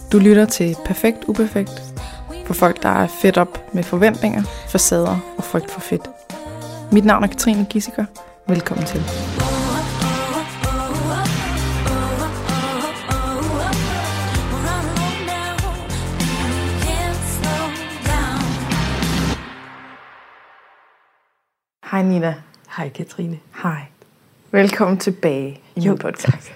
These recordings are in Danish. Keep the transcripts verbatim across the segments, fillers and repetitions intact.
Du lytter til Perfekt Uperfekt for folk, der er fedt op med forventninger, facader og frygt for fedt. Mit navn er Katrine Gissiker. Velkommen til. Hej Nina. Hej Katrine. Hej. Velkommen tilbage i Jo, min podcast.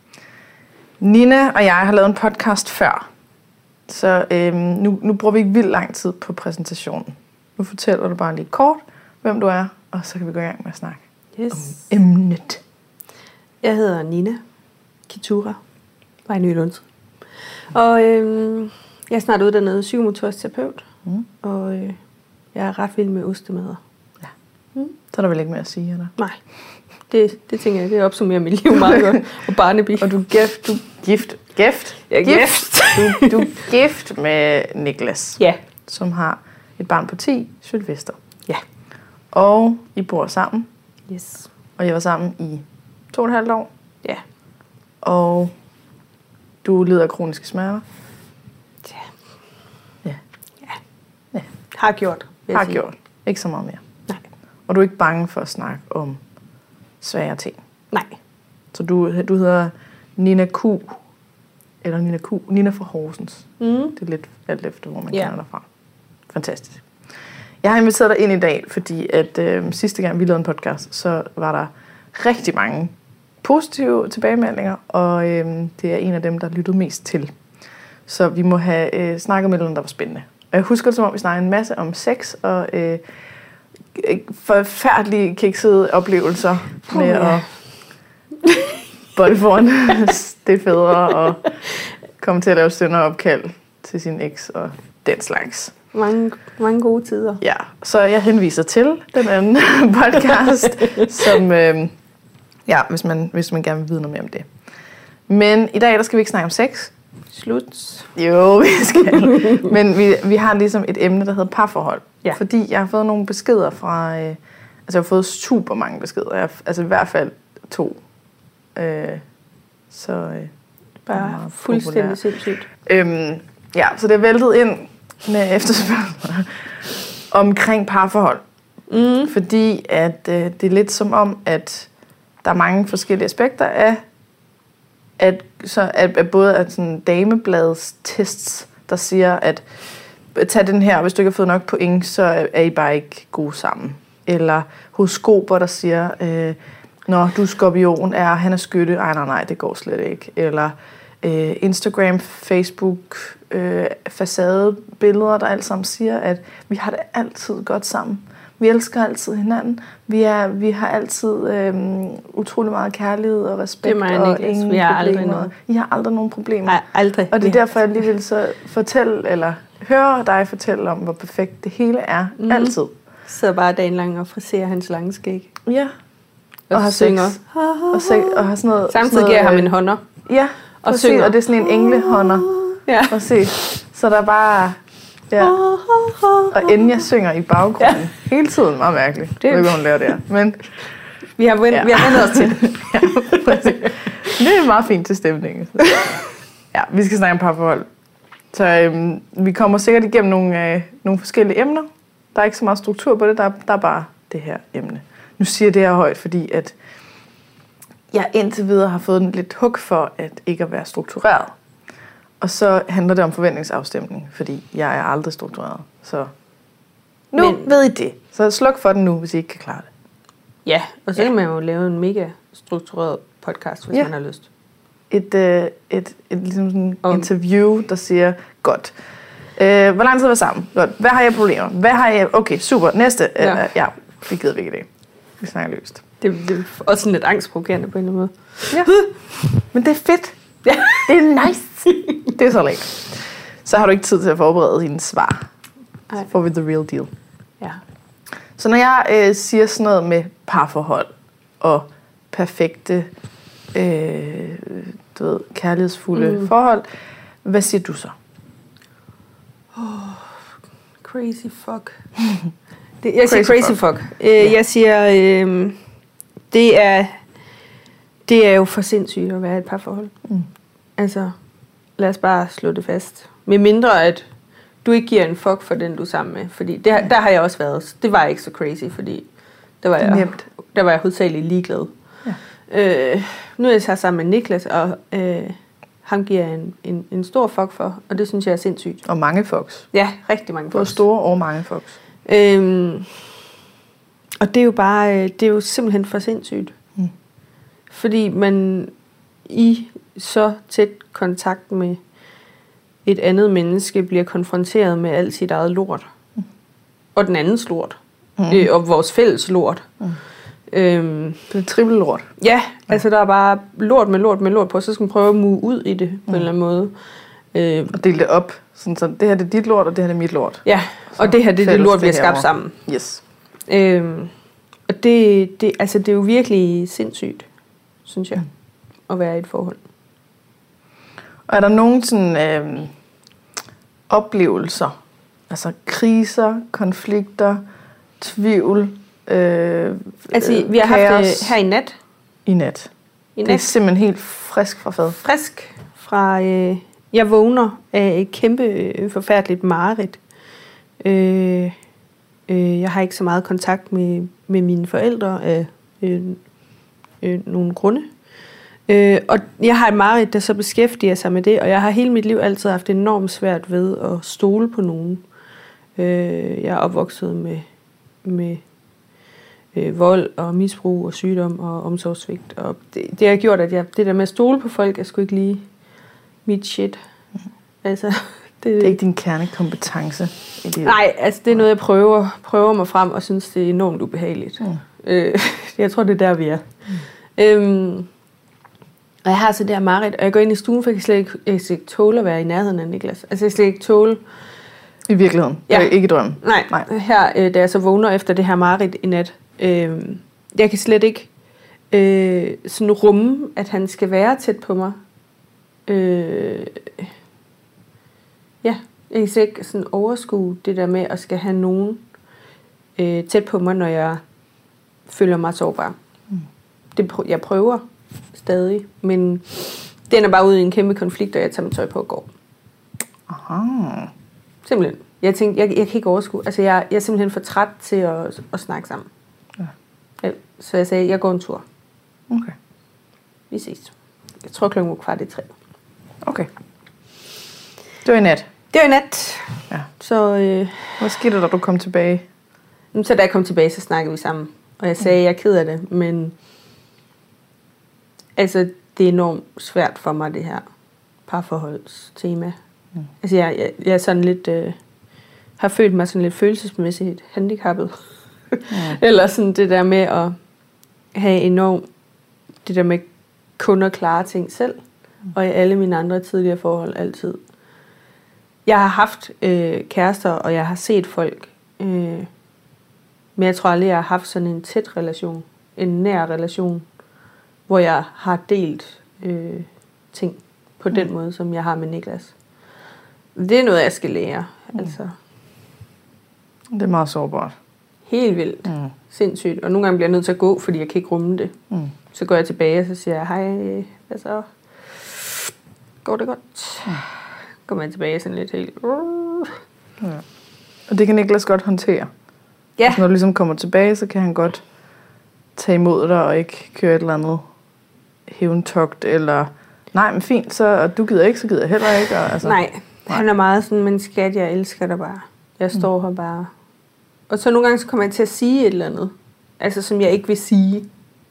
Nina og jeg har lavet en podcast før, så øhm, nu, nu bruger vi ikke vildt lang tid på præsentationen. Nu fortæller du bare lige kort, hvem du er, og så kan vi gå i gang med at snakke Yes. om emnet. Jeg hedder Nina Kitura, var i Nylund. Og øhm, jeg er snart uddannet psykomotorisk terapeut, Mm. og øh, jeg er ret vild med ostemader. Ja. Mm. Så er der vel ikke mere at sige, eller? Nej, det, det tænker jeg, det opsummerer mit liv meget godt. Og Barnaby. Og du er gift, du gift, gift, Jeg er gift. Du, du er gift med Niklas, Ja. som har et barn på ti, Sylvester. Ja. Og I bor sammen, Yes. og jeg var sammen i to og et halvt år. Ja. Og du lider af kroniske smerter. Ja. Ja. Ja. Ja. Har gjort. vil jeg Har sige. gjort. Ikke så meget mere. Nej. Og du er ikke bange for at snakke om svære ting. Nej. Så du, du hedder Nina Q. Eller Nina Q. Nina fra Horsens. Mm. Det er lidt alt efter, hvor man Ja. kender dig fra. Fantastisk. Jeg har inviteret dig ind i dag, fordi at øh, sidste gang vi lavede en podcast, så var der rigtig mange positive tilbagemeldinger, og øh, det er en af dem, der lyttede mest til. Så vi må have øh, snakket med noget, der var spændende. Og jeg husker det, som om vi snakkede en masse om sex og øh, forfærdelige kiksede oplevelser med ja. at bolle foran stedfædre og komme til at lave sønderopkald til sin eks og den slags. Mange, mange gode tider. Ja, så jeg henviser til den anden podcast, som, øh, ja, hvis man, hvis man gerne vil vide noget mere om det. Men i dag, der skal vi ikke snakke om sex. Slut. Jo, vi skal. Men vi, vi har ligesom et emne, der hedder parforhold. Ja. Fordi jeg har fået nogle beskeder fra... Øh, altså, jeg har fået super mange beskeder. Jeg, altså, i hvert fald to. Øh, så... Øh, Bare meget fuldstændig populær. sindssygt. Øhm, ja, så det er væltet ind med efterspørgsel omkring parforhold. Mm. Fordi at øh, det er lidt som om, at der er mange forskellige aspekter af, at, så, at, at både at sådan damebladets tests, der siger, at tag den her, hvis du ikke har fået nok point, så er I bare ikke gode sammen. Eller horoskoper, der siger, øh, når du er skorpion, er han er skytte, ej nej nej, det går slet ikke. Eller øh, Instagram, Facebook, øh, facadebilleder, der alt sammen siger, at vi har det altid godt sammen. Vi elsker altid hinanden. Vi, er, vi har altid øh, utrolig meget kærlighed og respekt. Det er mig, og Niklas. ingen Vi har aldrig problemer. noget. I har aldrig nogen problemer. Nej, aldrig. Og det er Ja. derfor, jeg lige vil så fortælle, eller høre dig fortælle om, hvor perfekt det hele er. Mhm. Altid. Sidder bare dagen lang og friserer hans lange skæg. Ja. Og, Og har synger. sex. Og, se, og har sådan noget... Samtidig sådan giver jeg noget, ham en hånder. Ja, og præcis, synger. og det er sådan en englehånder. Ja. Præcis. Så der er bare... Ja. Og inden jeg synger i baggrunden. Ja. Hele tiden. Meget mærkeligt. Det er ikke, hvad hun laver der. Men Vi har, vendt, Ja. vi har vendt os til. ja, præcis. Det er meget fint til stemningen. Ja, vi skal snakke om parforhold. Så øhm, vi kommer sikkert igennem nogle, øh, nogle forskellige emner. Der er ikke så meget struktur på det. Der er, der er bare det her emne. Nu siger jeg det her højt, fordi at jeg indtil videre har fået en lidt hug for at ikke at være struktureret. Og så handler det om forventningsafstemning, fordi jeg er aldrig struktureret. Så nu Men- ved I det. Så sluk for den nu, hvis I ikke kan klare det. Ja, og så Ja. kan man jo lave en mega struktureret podcast, hvis Ja. man har lyst. Et, øh, et, et, et ligesom sådan Om- interview, der siger, godt. Øh, hvor lang tid har vi sammen? Godt. Hvad har jeg problemer? Hvad har jeg... Okay, super. Næste. Ja, Ja. øh, ja det gider vi ikke i dag. Vi snakker løst. Det, det er også sådan lidt angstprovokerende på en eller anden måde. Ja. Men det er fedt. Ja. Det er nice. Det er så lækkert. Så har du ikke tid til at forberede dine svar. Så Ej. får vi the real deal. Ja. Så når jeg øh, siger sådan noget med parforhold og perfekte, øh, du ved, kærlighedsfulde mm. forhold, hvad siger du så? Crazy fuck. Det, jeg siger Crazy crazy fuck. fuck. fuck. Øh, yeah. Jeg siger, øh, det er det er jo for sindssygt at være i et parforhold. Mm. Altså, lad os bare slå det fast. Med mindre, at du ikke giver en fuck for den, du er sammen med. Fordi det, der har jeg også været. Det var ikke så crazy, fordi der var jeg, der var jeg hovedsageligt ligeglad. Ja. Øh, nu er jeg så sammen med Niklas, og øh, ham giver jeg en, en, en stor fuck for, og det synes jeg er sindssygt. Og mange fucks. Ja, rigtig mange fucks. Både store og mange fucks. Øhm, og det er jo bare, det er jo simpelthen for sindssygt. Mm. Fordi man i så tæt kontakt med et andet menneske bliver konfronteret med alt sit eget lort. Mm. Og den andens lort. Mm. Øh, og vores fælles lort. Mm. Øhm, det er triple lort. Ja, ja, altså der er bare lort med lort med lort på, så skal man prøve at mue ud i det på mm. en eller anden måde. Øh, og dele det op. Sådan, så det her det er dit lort, og det her det er mit lort. Ja, så og det her det er det lort, vi har skabt sammen. Yes. Øhm, og det, det, altså, det er jo virkelig sindssygt, synes jeg, mm. at være i et forhold. Og er der nogen sådan, øh, oplevelser, altså kriser, konflikter, tvivl, øh, altså vi har haft det her i nat. I nat. I nat. Det er simpelthen helt frisk fra fad. Frisk fra, øh, jeg vågner af et kæmpe øh, forfærdeligt mareridt. Øh, øh, jeg har ikke så meget kontakt med, med mine forældre af øh, øh, nogle grunde. Øh, og jeg har et mareridt, der så beskæftiger sig med det, og jeg har hele mit liv altid haft enormt svært ved at stole på nogen. Øh, jeg er opvokset med, med øh, vold og misbrug og sygdom og omsorgssvigt, og det, det har gjort, at jeg, det der med at stole på folk, er sgu ikke lige mit shit. Mm. Altså, det, det er ikke din kernekompetence i livet. Nej, altså det er noget, jeg prøver, prøver mig frem og synes, det er enormt ubehageligt. Mm. Øh, jeg tror, det er der, vi er. Mm. Øhm, Og jeg har så der mareridt, og jeg går ind i stuen, for jeg kan slet ikke, jeg kan slet ikke tåle at være i nærheden af Niklas. Altså jeg kan slet ikke tåle... I virkeligheden? Ja. Ikke i drømmen? Nej, Nej. Her, øh, da jeg så vågner efter det her mareridt i nat, øh, jeg kan slet ikke øh, sådan rumme, at han skal være tæt på mig. Øh, ja, jeg kan slet ikke sådan overskue det der med, at skal have nogen øh, tæt på mig, når jeg føler mig sårbar. Mm. Det, jeg prøver stadig, men den er bare ude i en kæmpe konflikt, og jeg tager mit tøj på og går. Aha. Simpelthen. Jeg tænkte, jeg, jeg kan ikke overskue. Altså, jeg, jeg er simpelthen for træt til at, at snakke sammen. Ja. Ja, så jeg sagde, jeg går en tur. Okay. Vi ses. Jeg tror klokken var kvart i tre. Okay. Det var i nat? Det var i nat. Ja. Så, øh, hvad skete der, da du kom tilbage? Så da jeg kom tilbage, så snakkede vi sammen. Og jeg sagde, mm. jeg er ked af det, men altså, det er enormt svært for mig, det her parforholdstema. Mm. Altså, jeg, jeg, jeg er sådan lidt, øh, har følt mig sådan lidt følelsesmæssigt handicappet. Mm. Eller sådan det der med at have enormt, det der med kun at klare ting selv. Mm. Og i alle mine andre tidligere forhold altid. Jeg har haft øh, kærester, og jeg har set folk, øh, men jeg tror aldrig, jeg har haft sådan en tæt relation, en nær relation, hvor jeg har delt øh, ting på mm. den måde, som jeg har med Niklas. Det er noget, jeg skal lære. Mm. Altså. Det er meget sårbart. Helt vildt. Mm. Sindssygt. Og nogle gange bliver jeg nødt til at gå, fordi jeg kan ikke rumme det. Mm. Så går jeg tilbage, og så siger jeg, hej, hvad så? Går det godt? Mm. Går man tilbage sådan lidt helt... Ja. Og det kan Niklas godt håndtere. Ja. Altså, når du ligesom kommer tilbage, så kan han godt tage imod dig og ikke køre et eller andet hævntogt, eller nej, men fint, så og du gider ikke, så gider jeg heller ikke. Og, altså, nej, nej, han er meget sådan, men skat, jeg elsker dig bare. Jeg står mm. her bare. Og så nogle gange, så kommer jeg til at sige et eller andet, altså som jeg ikke vil sige.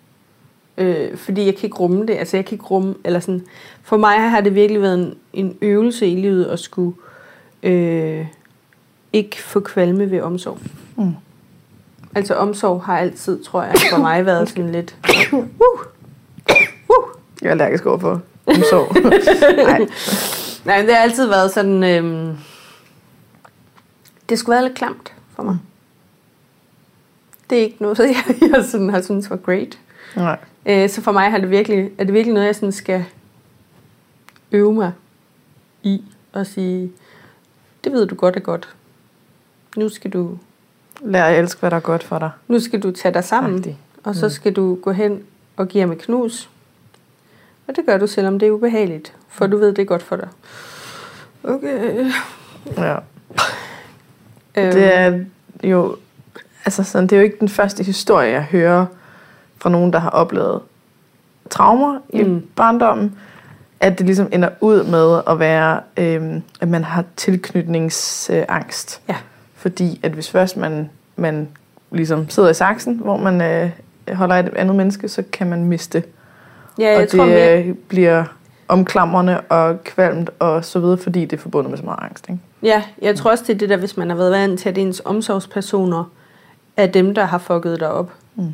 Øh, fordi jeg kan ikke rumme det. Altså jeg kan ikke rumme, eller sådan. For mig har det virkelig været en, en øvelse i livet at skulle øh, ikke få kvalme ved omsorg. Mm. Altså omsorg har altid, tror jeg, for mig været sådan lidt... Uh, uh. Jeg er allergisk overfor omsorg. Nej. Nej, det har altid været sådan... Øhm, det skulle være lidt klamt for mig. Mm. Det er ikke noget, jeg, jeg sådan, har syntes var great. Nej. Øh, så for mig har det virkelig, er det virkelig noget, jeg sådan skal øve mig i. Og sige, det ved du godt er godt. Nu skal du... Lær at elske, hvad der er godt for dig. Nu skal du tage dig sammen, Rigtig. og så skal du gå hen og give ham et knus. Og det gør du, selvom det er ubehageligt. for du ved, det er godt for dig. Okay. Ja. Det er jo, altså sådan, det er jo ikke den første historie, jeg hører fra nogen, der har oplevet traumer i mm. barndommen, at det ligesom ender ud med at være, øhm, at man har tilknytningsangst. Ja. Fordi at hvis først man, man ligesom sidder i saksen, hvor man øh, holder et andet menneske, så kan man miste. Ja, jeg og det tror, mere... øh, bliver omklamrende og kvalmt og så videre, fordi det er forbundet med så meget angst. Ikke? Ja, jeg tror også, det er det der, hvis man har været vant til, at ens omsorgspersoner er dem, der har fucket dig op. Mm.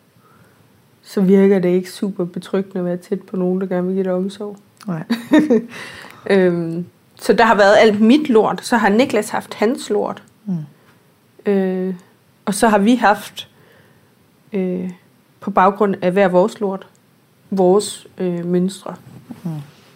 Så virker det ikke super betryggende at være tæt på nogen, der gerne vil give dig omsorg. Nej. øhm, så der har været alt mit lort, så har Niklas haft hans lort. Mm. Øh, og så har vi haft, øh, på baggrund af hver vores lort, vores øh, mønstre. Mm.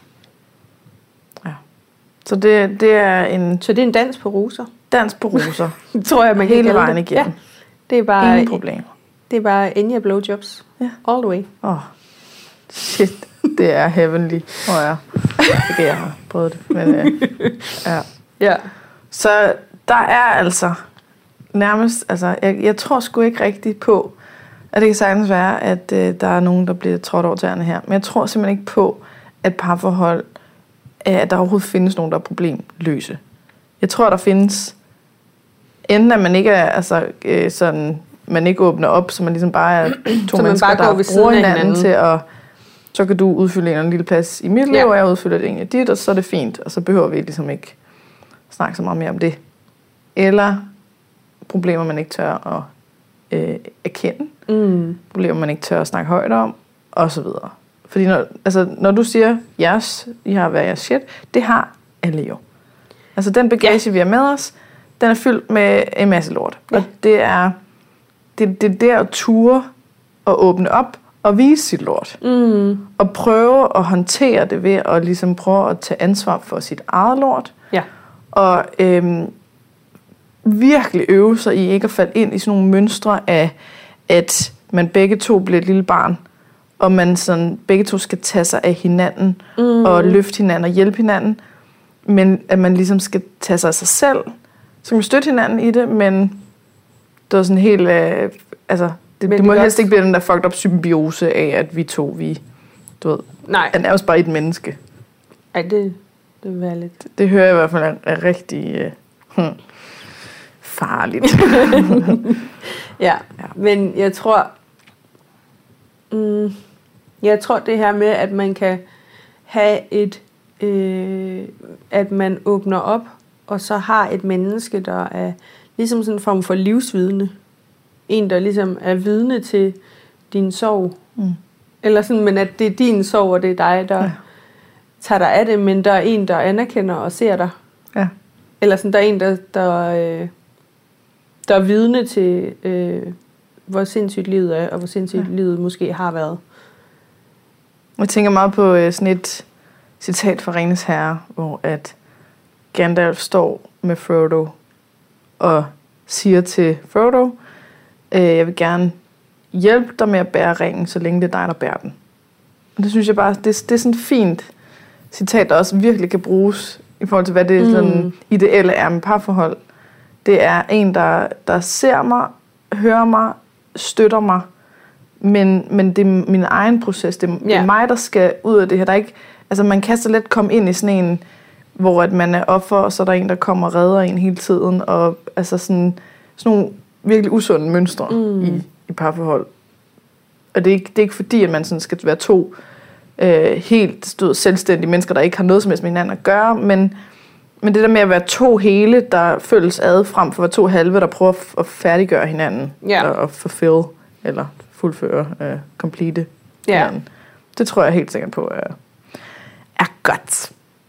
Ja. Så det, det er en... Så det er en dans på roser. Dans på roser. Tror jeg, man hele kan vejen igennem. Ja, det er bare... Ingen problem. Det er bare Enya blowjobs. Ja. All the way. Åh, oh, shit. Det er heavenly. Åh oh, ja. Det kan jeg have prøvet det. Men, øh, ja. Ja. Så der er altså nærmest... Altså, jeg, jeg tror sgu ikke rigtigt på, at det kan sagtens være, at øh, der er nogen, der bliver trådt over tæerne her. Men jeg tror simpelthen ikke på, at parforhold... at der overhovedet findes nogen, der er problemløse. Jeg tror, der findes... Enten at man ikke er altså, øh, sådan... man ikke åbner op, så man ligesom bare er to mennesker, bare der bruger hinanden, hinanden til at... Så kan du udfylde en, en lille plads i mit liv, ja. Og jeg udfylder det i dit, og så er det fint. Og så behøver vi ligesom ikke snakke så meget mere om det. Eller problemer, man ikke tør at øh, erkende. Mm. Problemer, man ikke tør at snakke højt om, og så videre. Fordi når, altså, når du siger, yes, I har været jeres shit, det har alle jo. Altså den bagage, ja. Vi har med os, den er fyldt med en masse lort. Ja. Og det er det, det der at ture og åbne op og vise sit lort. Mm. Og prøve at håndtere det ved at ligesom prøve at tage ansvar for sit eget lort. Ja. Og øhm, virkelig øve sig i ikke at falde ind i sådan nogle mønstre af, at man begge to bliver et lille barn, og man sådan begge to skal tage sig af hinanden, mm. og løfte hinanden og hjælpe hinanden, men at man ligesom skal tage sig af sig selv, så kan man støtte hinanden i det, men det er sådan helt, øh, altså, det, det må helst også ikke blive den der fucked up symbiose af, at vi to, vi, du ved, nej. Han er jo bare et menneske. Ej, det, det vil være lidt... Det, det hører jeg i hvert fald er, er rigtig øh, hmm, farligt. ja. ja, men jeg tror, mm, jeg tror det her med, at man kan have et, øh, at man åbner op, og så har et menneske, der er ligesom sådan en form for livsvidne. En, der ligesom er vidne til din sorg. Mm. Eller sådan, men at det er din sorg, og det er dig, der ja. tager dig af det, men der er en, der anerkender og ser dig. Ja. Eller sådan, der er en, der, der, øh, der er vidne til, øh, hvor sindssygt livet er, og hvor sindssygt ja. livet måske har været. Jeg tænker meget på øh, sådan et citat fra Ringenes Herre, hvor at Gandalf står med Frodo og siger til Frodo, øh, jeg vil gerne hjælpe dig med at bære ringen, så længe det er dig, der bærer den. Og det synes jeg bare, det, det er sådan et fint citat, der også virkelig kan bruges i forhold til, hvad det mm. sådan ideelle er med parforhold. Det er en, der, der ser mig, hører mig, støtter mig, men, men det er min egen proces. Det er, yeah. det er mig, der skal ud af det her. Der er ikke, altså man kan så let komme ind i sådan en, hvor at man er offer, og så er der en, der kommer og redder en hele tiden, og altså sådan, sådan nogle virkelig usunde mønstre mm. i, i parforhold. Og det er, ikke, det er ikke fordi, at man sådan skal være to øh, helt stød, selvstændige mennesker, der ikke har noget som helst med hinanden at gøre, men, men det der med at være to hele, der følges ad, frem for at være to halve, der prøver at, at færdiggøre hinanden, yeah. eller at fulfill, eller fuldføre, øh, complete yeah. hinanden. Det tror jeg helt sikkert på er, er godt.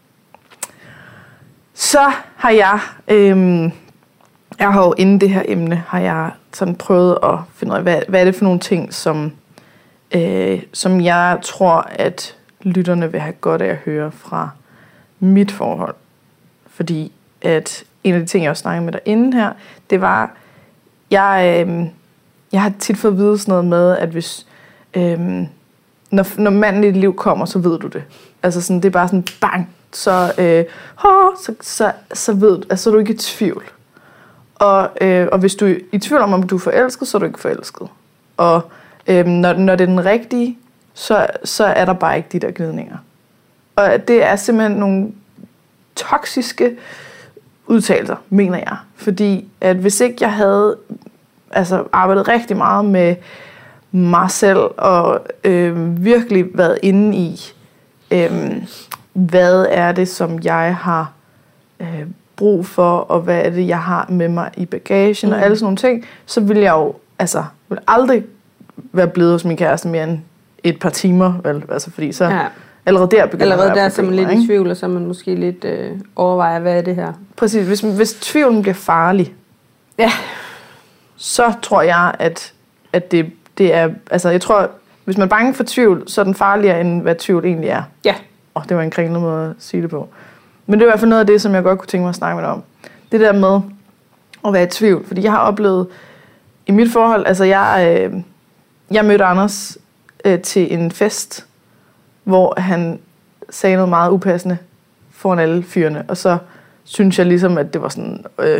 Så har jeg, øhm, jeg har jo inden det her emne, har jeg sådan prøvet at finde ud af, hvad, hvad er det for nogle ting, som, øh, som jeg tror, at lytterne vil have godt af at høre fra mit forhold. Fordi at en af de ting, jeg også snakkede med dig inden her, det var, jeg, øh, jeg har tit fået at vide sådan noget med, at hvis, øh, når, når manden i dit liv kommer, så ved du det. Altså sådan, det er bare sådan, bang, så, øh, oh, så, så, så ved du, altså, så er du ikke i tvivl. Og, øh, og hvis du er i tvivl om, om du er forelsket, så er du ikke forelsket. Og øh, når, når det er den rigtige, så, så er der bare ikke de der gnidninger. Og det er simpelthen nogle toksiske udtalelser, mener jeg. Fordi at hvis ikke jeg havde altså, arbejdet rigtig meget med mig selv, og øh, virkelig været inde i, øh, hvad er det, som jeg har øh, brug for, og hvad er det, jeg har med mig i bagagen, mm. og alle sådan nogle ting, så ville jeg jo altså, ville aldrig være blevet hos min kæreste mere end et par timer, vel? Altså, fordi så ja. allerede der begynder allerede at der er man lidt ikke? i tvivl, og så er man måske lidt øh, overvejer, hvad er det her? Præcis. Hvis, hvis tvivlen bliver farlig, ja. så tror jeg, at, at det, det er... Altså, jeg tror, hvis man er bange for tvivl, så er den farligere, end hvad tvivl egentlig er. Ja. Åh, det var en kringlet måde at sige det på. Men det er i hvert fald noget af det, som jeg godt kunne tænke mig at snakke med dig om. Det der med at være i tvivl. Fordi jeg har oplevet i mit forhold... Altså, jeg, øh, jeg mødte Anders øh, til en fest, hvor han sagde noget meget upassende foran alle fyrene. Og så synes jeg ligesom, at det var sådan... Øh,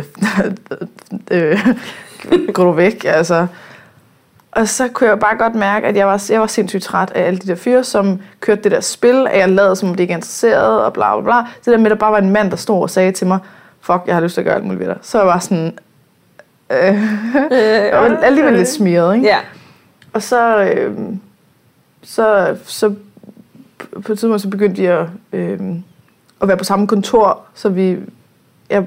øh, går du væk, altså... Og så kunne jeg bare godt mærke, at jeg var, jeg var sindssygt træt af alle de der fyre, som kørte det der spil, at jeg lavede, som om de ikke er interesseret, og bla bla bla. Så det der med, at der bare var en mand, der stod og sagde til mig, fuck, jeg har lyst til at gøre alt muligt ved dig. Så jeg var sådan... Øh, jeg var alligevel lidt smiret, ikke? Ja. Og så... Øh, så, så på et tidspunkt så begyndte vi at, øh, at være på samme kontor, så vi... Jeg,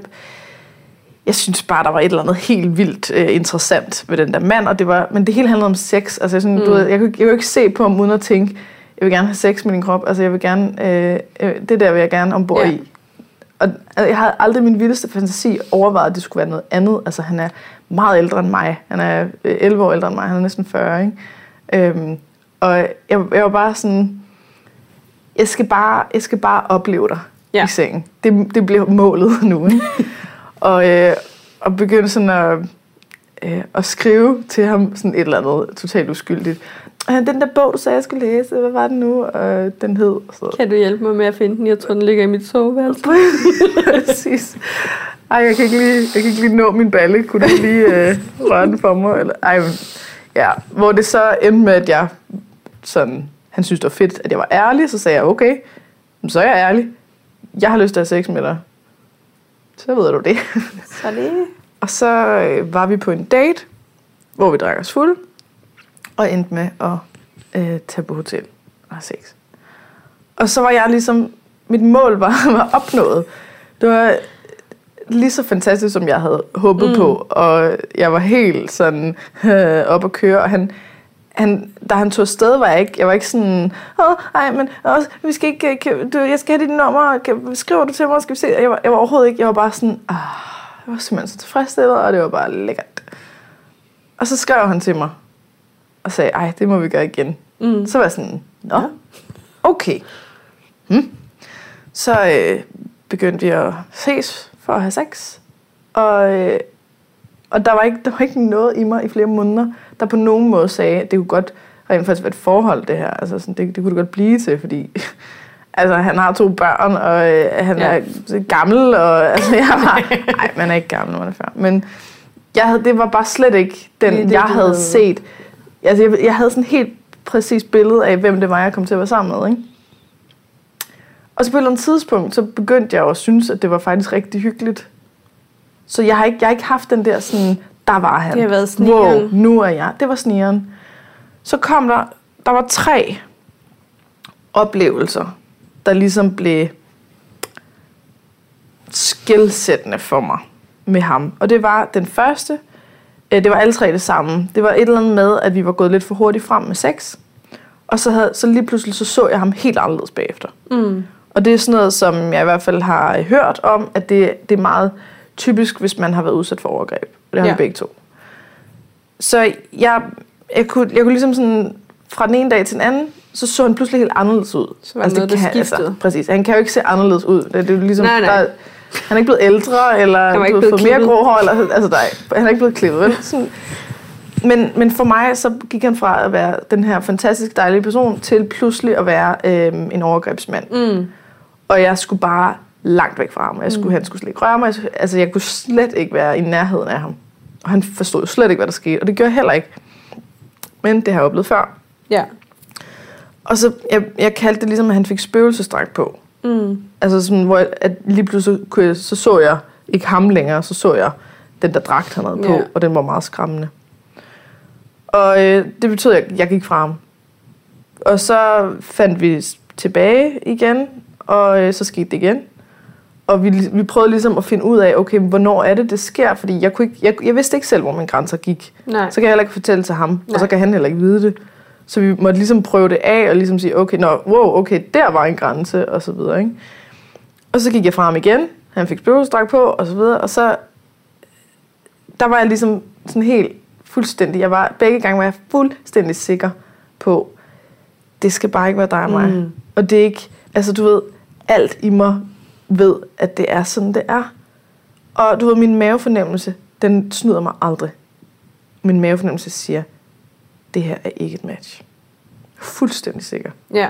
Jeg synes bare, der var et eller andet helt vildt øh, interessant ved den der mand, og det var, men det hele handlede om sex. Altså, jeg, sådan, mm. du ved, jeg, kunne, jeg kunne ikke se på ham uden at tænke, jeg vil gerne have sex med din krop. Altså, jeg vil gerne, øh, det der vil jeg gerne ombord ja. i. Og altså, jeg havde aldrig min vildeste fantasi overvejet, at det skulle være noget andet. Altså, han er meget ældre end mig. Han er elleve år ældre end mig. Han er næsten fyrre, ikke? Øhm, og jeg, jeg var bare sådan, jeg skal bare, jeg skal bare opleve dig ja. i sengen. Det, det bliver målet nu, ikke? Og, øh, og begyndte sådan at, øh, at skrive til ham sådan et eller andet totalt uskyldigt. Den der bog, du sagde, jeg skulle læse, hvad var den nu? Og den hed... Så. Kan du hjælpe mig med at finde den? Jeg tror, den ligger i mit soveværelse. Præcis. Ej, jeg kan, ikke lige, jeg kan ikke lige nå min balle. Kunne du lige øh, røre den for mig? Eller, ej, men, ja. Hvor det så endte med, at jeg sådan... Han synes, det var fedt, at jeg var ærlig. Så sagde jeg, okay, så er jeg ærlig. Jeg har lyst til at have sex med dig. Så ved du det. Så det. Og så øh, var vi på en date, hvor vi drak os fuld, og endte med at øh, tage på hotel og have sex. Og så var jeg ligesom, mit mål var, var opnået. Det var lige så fantastisk, som jeg havde håbet mm. på, og jeg var helt sådan øh, op at køre, og han... Han, da han tog afsted, var jeg ikke, jeg var ikke sådan, åh, ej, men også, vi skal ikke, kan, du, jeg skal have dit nummer, kan, skriver du til mig, skal vi se? Jeg var, jeg var overhovedet ikke, jeg var bare sådan, ah, jeg var simpelthen så tilfredsstillet, og det var bare lækkert. Og så skrev han til mig, og sagde, ej, det må vi gøre igen. Mm. Så var jeg sådan, nå, okay. Hmm. Så øh, begyndte vi at ses for at have sex, og, øh, og der, var ikke, der var ikke noget i mig i flere måneder, der på nogen måde sagde, at det kunne godt rent faktisk være et forhold, det her. Altså, sådan, det, det kunne det godt blive til, fordi altså, han har to børn, og øh, han ja. er gammel, og altså, jeg var... Nej, man er ikke gammel, når man er før. Men jeg havde, det var bare slet ikke den, det, det, jeg havde havde set. Altså, jeg, jeg havde sådan et helt præcist billede af, hvem det var, jeg kom til at være sammen med, ikke? Og så på et eller andet tidspunkt, så begyndte jeg jo at synes, at det var faktisk rigtig hyggeligt. Så jeg har ikke, jeg har ikke haft den der sådan... Der var han. Det har været snigeren. Wow, nu er jeg. Det var snigeren. Så kom der, der var tre oplevelser, der ligesom blev skelsættende for mig med ham. Og det var den første, det var alle tre det samme. Det var et eller andet med, at vi var gået lidt for hurtigt frem med sex. Og så, havde, så lige pludselig så, så jeg ham helt anderledes bagefter. Mm. Og det er sådan noget, som jeg i hvert fald har hørt om, at det, det er meget typisk, hvis man har været udsat for overgreb. Det har vi ja. begge to. Så jeg, jeg, kunne, jeg kunne ligesom sådan, fra den ene dag til den anden, så så han pludselig helt anderledes ud. Så var altså, noget, det kan, altså, præcis. Han kan jo ikke se anderledes ud. Det, det er ligesom, nej, nej. Der, han er ikke blevet ældre, eller han har ikke blevet fået mere grå hår, eller, altså, nej, han er ikke blevet klippet. Vel? Sådan, men, men for mig, så gik han fra at være den her fantastisk dejlige person, til pludselig at være øh, en overgrebsmand. Mm. Og jeg skulle bare langt væk fra ham. Jeg skulle, mm. Han skulle slet ikke røre mig. Altså, jeg kunne slet ikke være i nærheden af ham. Og han forstod slet ikke, hvad der skete. Og det gjorde jeg heller ikke. Men det har jeg oplevet før. Ja. Og så, jeg, jeg kaldte det ligesom, at han fik spøgelsesdragt på. Mm. Altså sådan, hvor jeg, at lige pludselig kunne jeg, så så jeg ikke ham længere, så så jeg den der dragt, han havde på, Ja. og den var meget skræmmende. Og øh, det betød, at jeg gik fra ham. Og så fandt vi tilbage igen, og øh, så skete det igen. Og vi, vi prøvede ligesom at finde ud af, okay, hvornår er det, det sker? Fordi jeg, kunne ikke, jeg, jeg vidste ikke selv, hvor mine grænser gik. Nej. Så kan jeg heller ikke fortælle til ham, Nej. og så kan han heller ikke vide det. Så vi måtte ligesom prøve det af, og ligesom sige, okay, nå, wow, okay, der var en grænse, og så videre, ikke? Og så gik jeg fra ham igen, han fik spøgelsesdragt på, og så videre, og så, der var jeg ligesom sådan helt fuldstændig, jeg var, begge gange var jeg fuldstændig sikker på, det skal bare ikke være dig og mig. Mm. Og det er ikke, altså du ved, alt i mig ved, at det er sådan, det er. Og du ved, min mavefornemmelse, den snyder mig aldrig. Min mavefornemmelse siger, det her er ikke et match. Fuldstændig sikker. Ja.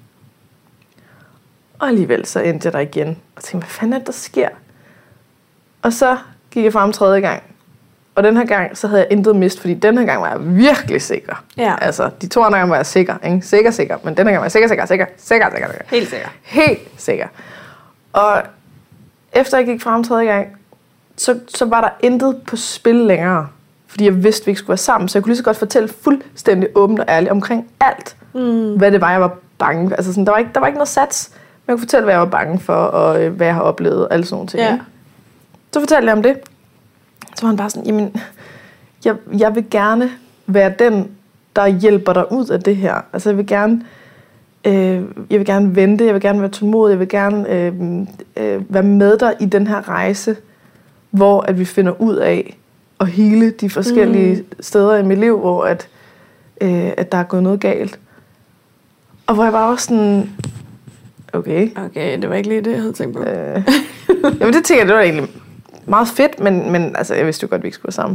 Og alligevel så endte jeg der igen. Og tænkte, hvad fanden er det, der sker? Og så gik jeg frem tredje gang. Og den her gang, så havde jeg intet mist, fordi den her gang var jeg virkelig sikker. Ja. Altså, de to andre gange var jeg sikker, ikke? Sikker, sikker. Men den her gang var jeg sikker, sikker, sikker, sikker, sikker, sikker. Helt sikker. Helt sikker. Og efter jeg gik frem tredje gang, så, så var der intet på spil længere. Fordi jeg vidste, at vi ikke skulle være sammen. Så jeg kunne lige så godt fortælle fuldstændig åbent og ærligt omkring alt. Mm. Hvad det var, jeg var bange for. Altså sådan, der, var ikke, der var ikke noget sats. Men jeg kunne fortælle, hvad jeg var bange for, og øh, hvad jeg har oplevet, og alle sådan nogle ting. Ja. Så fortalte jeg om det. Så var han bare sådan, jamen, jeg, jeg vil gerne være den, der hjælper dig ud af det her. Altså, jeg vil gerne, øh, jeg vil gerne vente, jeg vil gerne være tålmodig, jeg vil gerne øh, øh, være med dig i den her rejse, hvor at vi finder ud af at hele de forskellige mm. steder i mit liv, hvor at, øh, at der er gået noget galt. Og hvor jeg bare også sådan, okay. Okay, det var ikke lige det, jeg havde tænkt på. Øh, jamen, det tænker jeg, det var egentlig meget fedt, men, men altså, jeg vidste jo godt, at vi ikke skulle være sammen.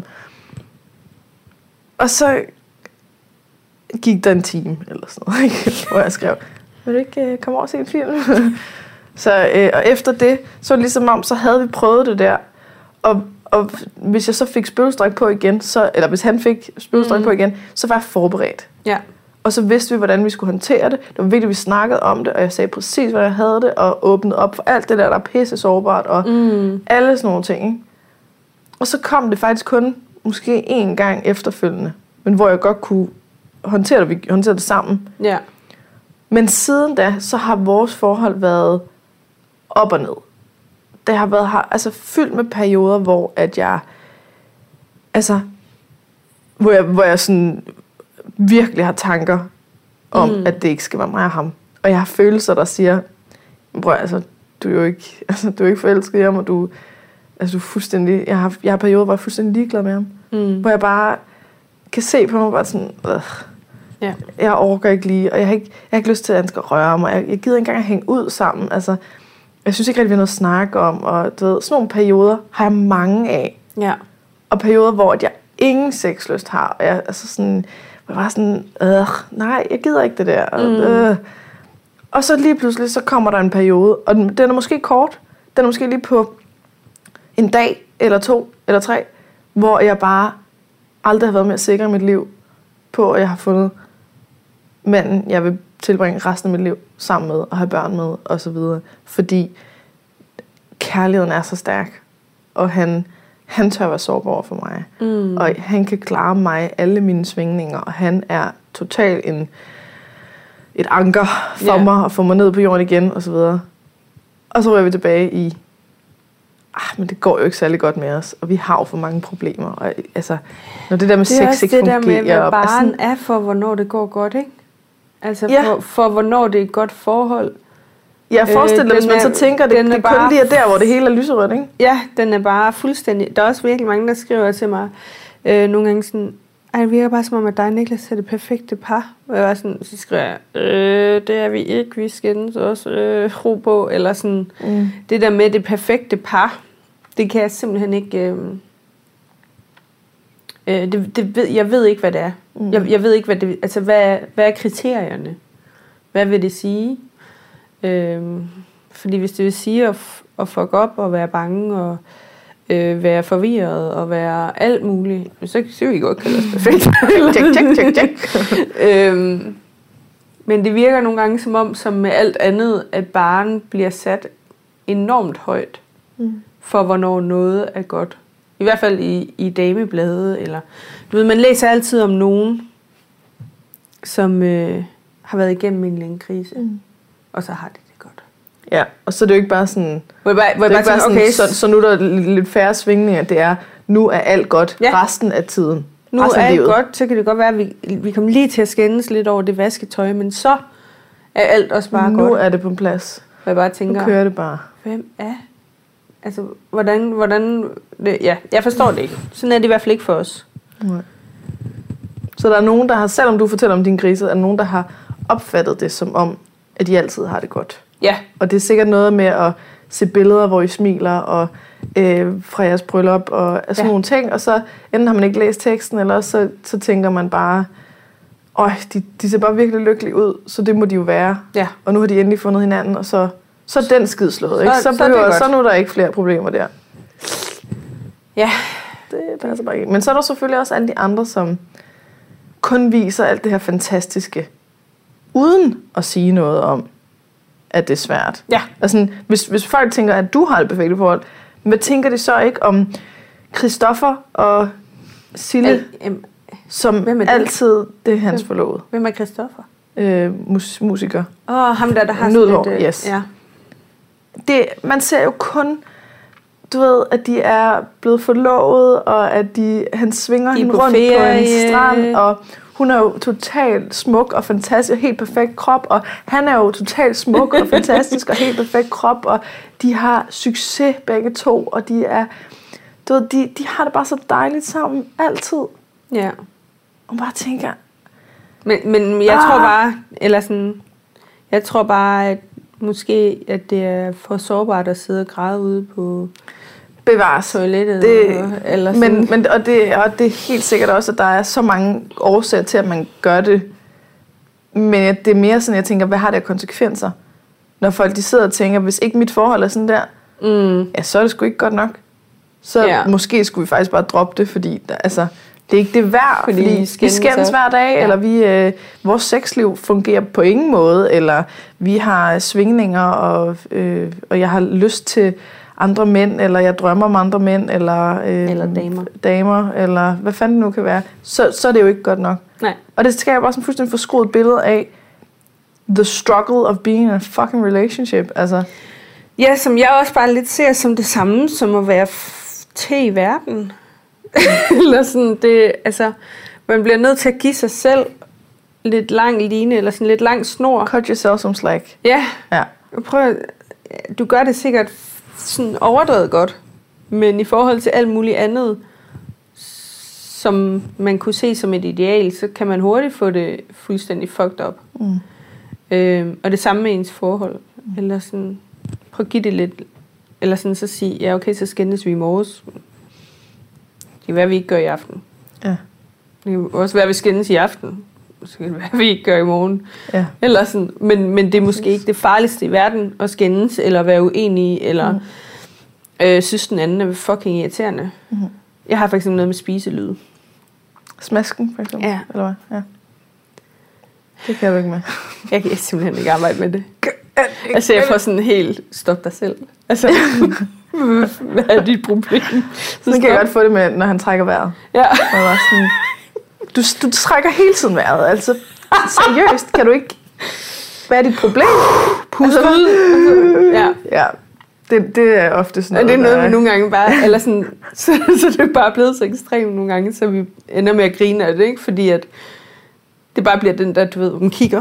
Og så gik der en time, eller sådan noget, ikke? Hvor jeg skrev, vil du ikke uh, komme over og se en film? så, øh, og efter det, så var det ligesom om, så havde vi prøvet det der. Og, og hvis jeg så fik spøgelsesdragt på igen, så, eller hvis han fik spøgelsesdragt mm. på igen, så var jeg forberedt. Ja. Og så vidste vi, hvordan vi skulle håndtere det. Det var vigtigt, at vi snakkede om det, og jeg sagde præcis, hvordan jeg havde det, og åbnede op for alt det der, der er pisse sårbart, og mm. alle sådan nogle ting. Ikke? Og så kom det faktisk kun måske én gang efterfølgende, men hvor jeg godt kunne håndtere det, vi håndterede det sammen. Ja. Men siden da, så har vores forhold været op og ned. Det har været altså, fyldt med perioder, hvor at jeg, altså, hvor jeg, hvor jeg sådan virkelig har tanker om, mm. at det ikke skal være mig og ham. Og jeg har følelser, der siger, bror, altså, du er jo ikke, altså, du er ikke forelsket i ham, og du, altså, du er fuldstændig, jeg har, jeg har perioder, hvor jeg er fuldstændig ligeglad med ham. Mm. Hvor jeg bare kan se på mig, bare sådan, øh, ja. jeg orker ikke lige, og jeg har ikke, jeg har ikke lyst til, at han skal røre mig. Jeg, jeg gider ikke engang at hænge ud sammen. Altså, jeg synes ikke rigtig, vi har noget at snakke om, og du ved, sådan nogle perioder har jeg mange af. Ja. Og perioder, hvor jeg ingen sexlyst har, og jeg, altså sådan, hvor jeg var sådan, øh, nej, jeg gider ikke det der. Mm. Øh. Og så lige pludselig, så kommer der en periode, og den, den er måske kort, den er måske lige på en dag, eller to, eller tre, hvor jeg bare aldrig har været mere sikker i mit liv på, at jeg har fundet manden, jeg vil tilbringe resten af mit liv sammen med, og have børn med, og så videre. Fordi kærligheden er så stærk, og han, han tør være sårbar over for mig. Mm. Og han kan klare mig alle mine svingninger, og han er totalt en, et anker for yeah. mig, og få mig ned på jorden igen, og så videre. Og så rører vi tilbage i, ah, men det går jo ikke særlig godt med os, og vi har jo for mange problemer. Og, altså, når det der med sex ikke fungerer. Det er også det der med, hvad barn altså, er for, hvornår det går godt, ikke? Altså ja. for, for, hvornår det er et godt forhold. Jeg forestiller mig, øh, hvis man så tænker, det, det er kun lige der, hvor det hele er lyserødt, ikke? Ja, den er bare fuldstændig. Der er også virkelig mange, der skriver til mig øh, nogle gange sådan, ej, det virker bare som om, at dig og Niklas er det perfekte par. Og jeg var sådan, så skriver jeg, øh, det er vi ikke, vi skændes også, øh, ro på, eller sådan. Mm. Det der med det perfekte par, det kan jeg simpelthen ikke, øh, Øh, det, det ved, jeg ved ikke, hvad det er. Mm. Jeg, jeg ved ikke, hvad det altså, hvad, hvad er kriterierne? Hvad vil det sige? Øh, fordi hvis det vil sige at, at fuck op og være bange og øh, være forvirret og være alt muligt, så kan vi godt kalde os perfekt. Check, check, check, check. øh, men det virker nogle gange som om, som med alt andet, at barren bliver sat enormt højt mm. for, hvornår noget er godt. I hvert fald i, i dameblade. Eller, du ved, man læser altid om nogen, som øh, har været igennem en eller anden krise. Mm. Og så har de det godt. Ja, og så er det jo ikke bare sådan... Hvor jeg bare, hvor jeg bare bare tænker, okay, sådan, så, så nu er der lidt færre svingninger. Det er, nu er alt godt ja. resten af tiden. Nu er alt godt, så kan det godt være, at vi, vi kommer lige til at skændes lidt over det vasketøj, men så er alt også bare nu godt. Nu er det på plads. Hvor jeg bare tænker... Nu kører det bare. Hvem er... Altså, hvordan... hvordan det, ja, jeg forstår det ikke. Sådan er det i hvert fald ikke for os. Nej. Så der er nogen, der har... Selvom du fortæller om din krise, er der nogen, der har opfattet det som om, at de altid har det godt. Ja. Og det er sikkert noget med at se billeder, hvor I smiler, og øh, fra jeres bryllup, og sådan ja. nogle ting. Og så enten har man ikke læst teksten, eller så, så tænker man bare... Øj, de, de ser bare virkelig lykkelige ud, så det må de jo være. Ja. Og nu har de endelig fundet hinanden, og så... Så er den skid slået, ikke? Så, så, behøver, så, så nu er der ikke flere problemer der. Ja. Det, det er altså bare ikke. Men så er der selvfølgelig også alle de andre, som kun viser alt det her fantastiske, uden at sige noget om, at det er svært. Ja. Altså, hvis, hvis folk tænker, at du har det perfekte forhold, hvad tænker de så ikke om Christoffer og Sille, Al, em, som det? altid det er hans forlovede? Hvem er Christoffer? Øh, mus, musiker. Åh, oh, ham der, der har Nødhår, sådan lidt... yes. Ja. Det, man ser jo kun, du ved, at de er blevet forlovet, og at de, han svinger hende rundt ferie. på en strand, og hun er jo totalt smuk og fantastisk, og helt perfekt krop, og han er jo totalt smuk og fantastisk, og helt perfekt krop, og de har succes begge to, og de er, du ved, de, de har det bare så dejligt sammen, altid. Ja. Og bare tænker... Men, men jeg ah. tror bare, eller sådan, jeg tror bare, at måske, at det er for sårbart at sidde og græde ude på bevares toilettet. Det, og, eller sådan. Men, men, og, det, og det er helt sikkert også, at der er så mange årsager til, at man gør det. Men det er mere sådan, jeg tænker, hvad har det af konsekvenser? Når folk de sidder og tænker, hvis ikke mit forhold er sådan der, mm. ja, så er det sgu ikke godt nok. Så ja. måske skulle vi faktisk bare droppe det, fordi altså, det er ikke det værd, fordi, fordi vi skændes hver dag, ja. eller vi, øh, vores sexliv fungerer på ingen måde, eller vi har svingninger, og, øh, og jeg har lyst til andre mænd, eller jeg drømmer om andre mænd, eller, øh, eller damer. damer, eller hvad fanden det nu kan være, så, så er det jo ikke godt nok. Nej. Og det skaber bare sådan en fuldstændig forskruet billede af the struggle of being in a fucking relationship. Altså. Ja, som jeg også bare lidt ser som det samme, som at være f- til i verden. Eller sådan, det, altså, man bliver nødt til at give sig selv lidt lang line, eller sådan lidt lang snor. Cut yourself some slack. Ja. ja. Prøv, du gør det sikkert sådan overdrevet godt, men i forhold til alt muligt andet, som man kunne se som et ideal, så kan man hurtigt få det fuldstændig fucked up. Mm. Øhm, og det samme med ens forhold. Mm. Eller sådan, prøv at give det lidt, eller sådan så sige, ja okay, så skændes vi i morges. Det kan være, vi ikke gør i aften. Ja. Det kan også være, vi skændes i aften. Så kan det være, vi ikke gør i morgen. Ja. Eller sådan, men, men det er måske ikke det farligste i verden at skændes, eller være uenig, eller mm. øh, synes den anden er fucking irriterende. Mm. Jeg har for eksempel noget med spiselyde. Smasken, for eksempel? Ja. Eller hvad? Ja. Det kan jeg ikke med. Jeg kan simpelthen ikke arbejde med det. Altså, jeg får sådan helt, stop dig selv. Altså, hvad er dit problem? Så sådan kan jeg godt få det med, når han trækker vejret. Ja. Og var sådan, du, du trækker hele tiden vejret, altså seriøst, kan du ikke, hvad er dit problem? Pust ud. Ja. Ja. Det, det er ofte sådan noget. Og det er noget, vi nogle gange bare, eller sådan, så, så det er bare blevet så ekstremt nogle gange, så vi ender med at grine af det, ikke? Fordi at det bare bliver den der, du ved, hun kigger.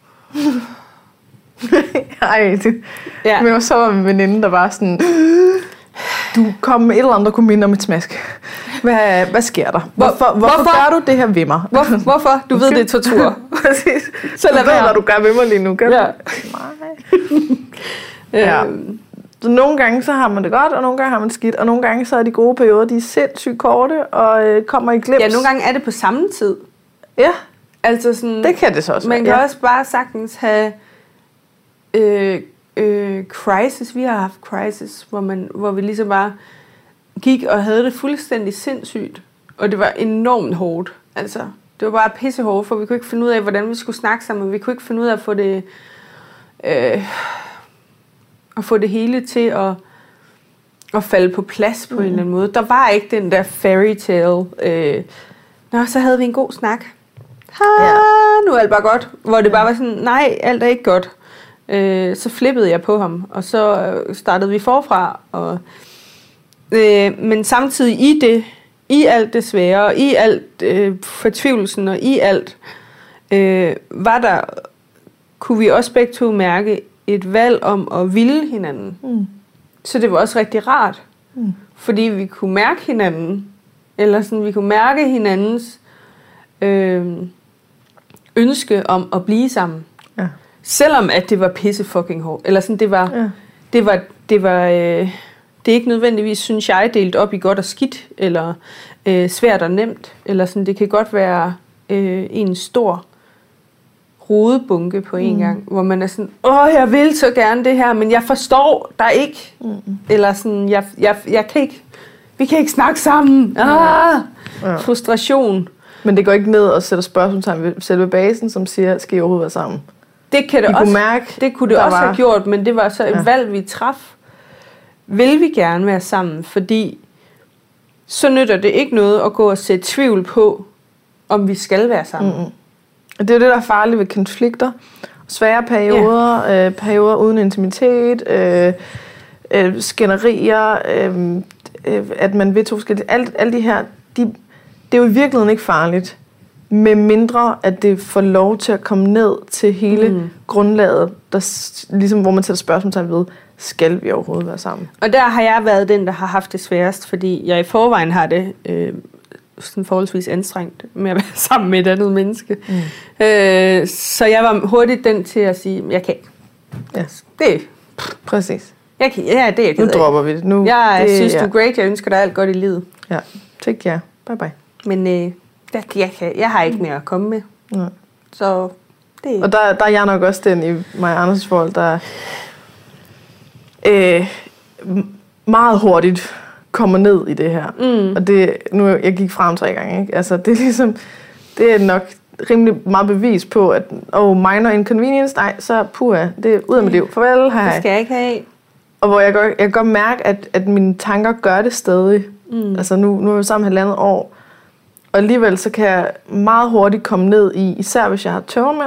Ej, det, ja. Men så var min veninde, der var sådan, du kom med et eller andet, der kunne minde om et smask. Hvad, hvad sker der? Hvorfor, hvorfor, hvorfor gør du det her ved mig? Hvor, hvorfor? Du ved, det er tortur. Præcis. Så lad være, hvad du gør ved mig lige nu. Gør ja. Nej. Ja. Så nogle gange så har man det godt, og nogle gange har man skidt, og nogle gange så er de gode perioder, de er sindssygt korte, og øh, kommer i glimt. Ja, nogle gange er det på samme tid. Ja, altså sådan, det kan det så også man være. kan Ja. også bare sagtens have øh, øh, crisis. Vi har haft crisis, hvor, man, hvor vi ligesom bare gik og havde det fuldstændig sindssygt. Og det var enormt hårdt. Altså, det var bare pissehårdt, for vi kunne ikke finde ud af, hvordan vi skulle snakke sammen. Vi kunne ikke finde ud af at få det, øh, at få det hele til at, at falde på plads på mm. en eller anden måde. Der var ikke den der fairy tale. Øh, Nå, så havde vi en god snak. Ha, ja. Nu er alt bare godt. Hvor det bare var sådan, nej, alt er ikke godt. Øh, så flippede jeg på ham, og så startede vi forfra. Og, øh, men samtidig i det, i alt det svære, og i alt øh, fortvivlelsen, og i alt, øh, var der, kunne vi også begge to mærke et valg om at ville hinanden. Mm. Så det var også rigtig rart, mm. fordi vi kunne mærke hinanden, eller sådan, vi kunne mærke hinandens øh, ønske om at blive sammen. Ja. Selvom at det var pisse fucking hårdt. Eller sådan, det var, ja. det var, det var, øh, det er ikke nødvendigvis, synes jeg, delt op i godt og skidt, eller øh, svært og nemt. Eller sådan, det kan godt være øh, en stor rodebunke på en mm. gang, hvor man er sådan, åh, jeg vil så gerne det her, men jeg forstår dig ikke. Mm. Eller sådan, jeg, jeg, jeg kan ikke, vi kan ikke snakke sammen. Ah, ja. Frustration. Men det går ikke ned og sætter spørgsmålstegn ved selve basen, som siger, skal I overhovedet være sammen? Det kan det I også. Kunne mærke, det kunne det også var... have gjort, men det var så et ja. valg, vi traf. Vil vi gerne være sammen, fordi så nytter det ikke noget at gå og sætte tvivl på, om vi skal være sammen. Mm-hmm. Det er jo det, der er farligt ved konflikter. Svære perioder, ja. øh, perioder uden intimitet, øh, øh, skænderier, øh, øh, at man ved to forskellige. Alt, alle de her, de, det er jo i virkeligheden ikke farligt, med mindre at det får lov til at komme ned til hele mm. grundlaget, der, ligesom, hvor man sætter spørgsmålstegn ved, skal vi overhovedet være sammen? Og der har jeg været den, der har haft det sværest, fordi jeg i forvejen har det øh, sådan forholdsvis anstrengt med at være sammen med et andet menneske. Mm. Øh, så jeg var hurtigt den til at sige, jeg kan ikke. Ja. Det Præcis. Jeg kan, ja, det jeg Nu dropper vi det. Nu, jeg det, synes, du ja. er great. Jeg ønsker dig alt godt i livet. Ja, take care. Bye bye. Men øh, der, jeg, kan, jeg har ikke mere at komme med. Ja. Så det... Og der, der er jeg nok også den i mig og Anders' forhold, der øh, meget hurtigt kommer ned i det her. Mm. Og det, nu jeg gik frem tre gange, ikke? Altså, det er ligesom, det er nok rimelig meget bevis på, at oh, minor inconvenience, nej, så puha, det er ud af mit liv. Farvel, hej. Det skal jeg ikke have. Og hvor jeg, godt, jeg kan godt mærke, at, at mine tanker gør det stadig. Mm. Altså nu, nu er vi sammen halvandet år. Og alligevel så kan jeg meget hurtigt komme ned i, især hvis jeg har tømmermænd,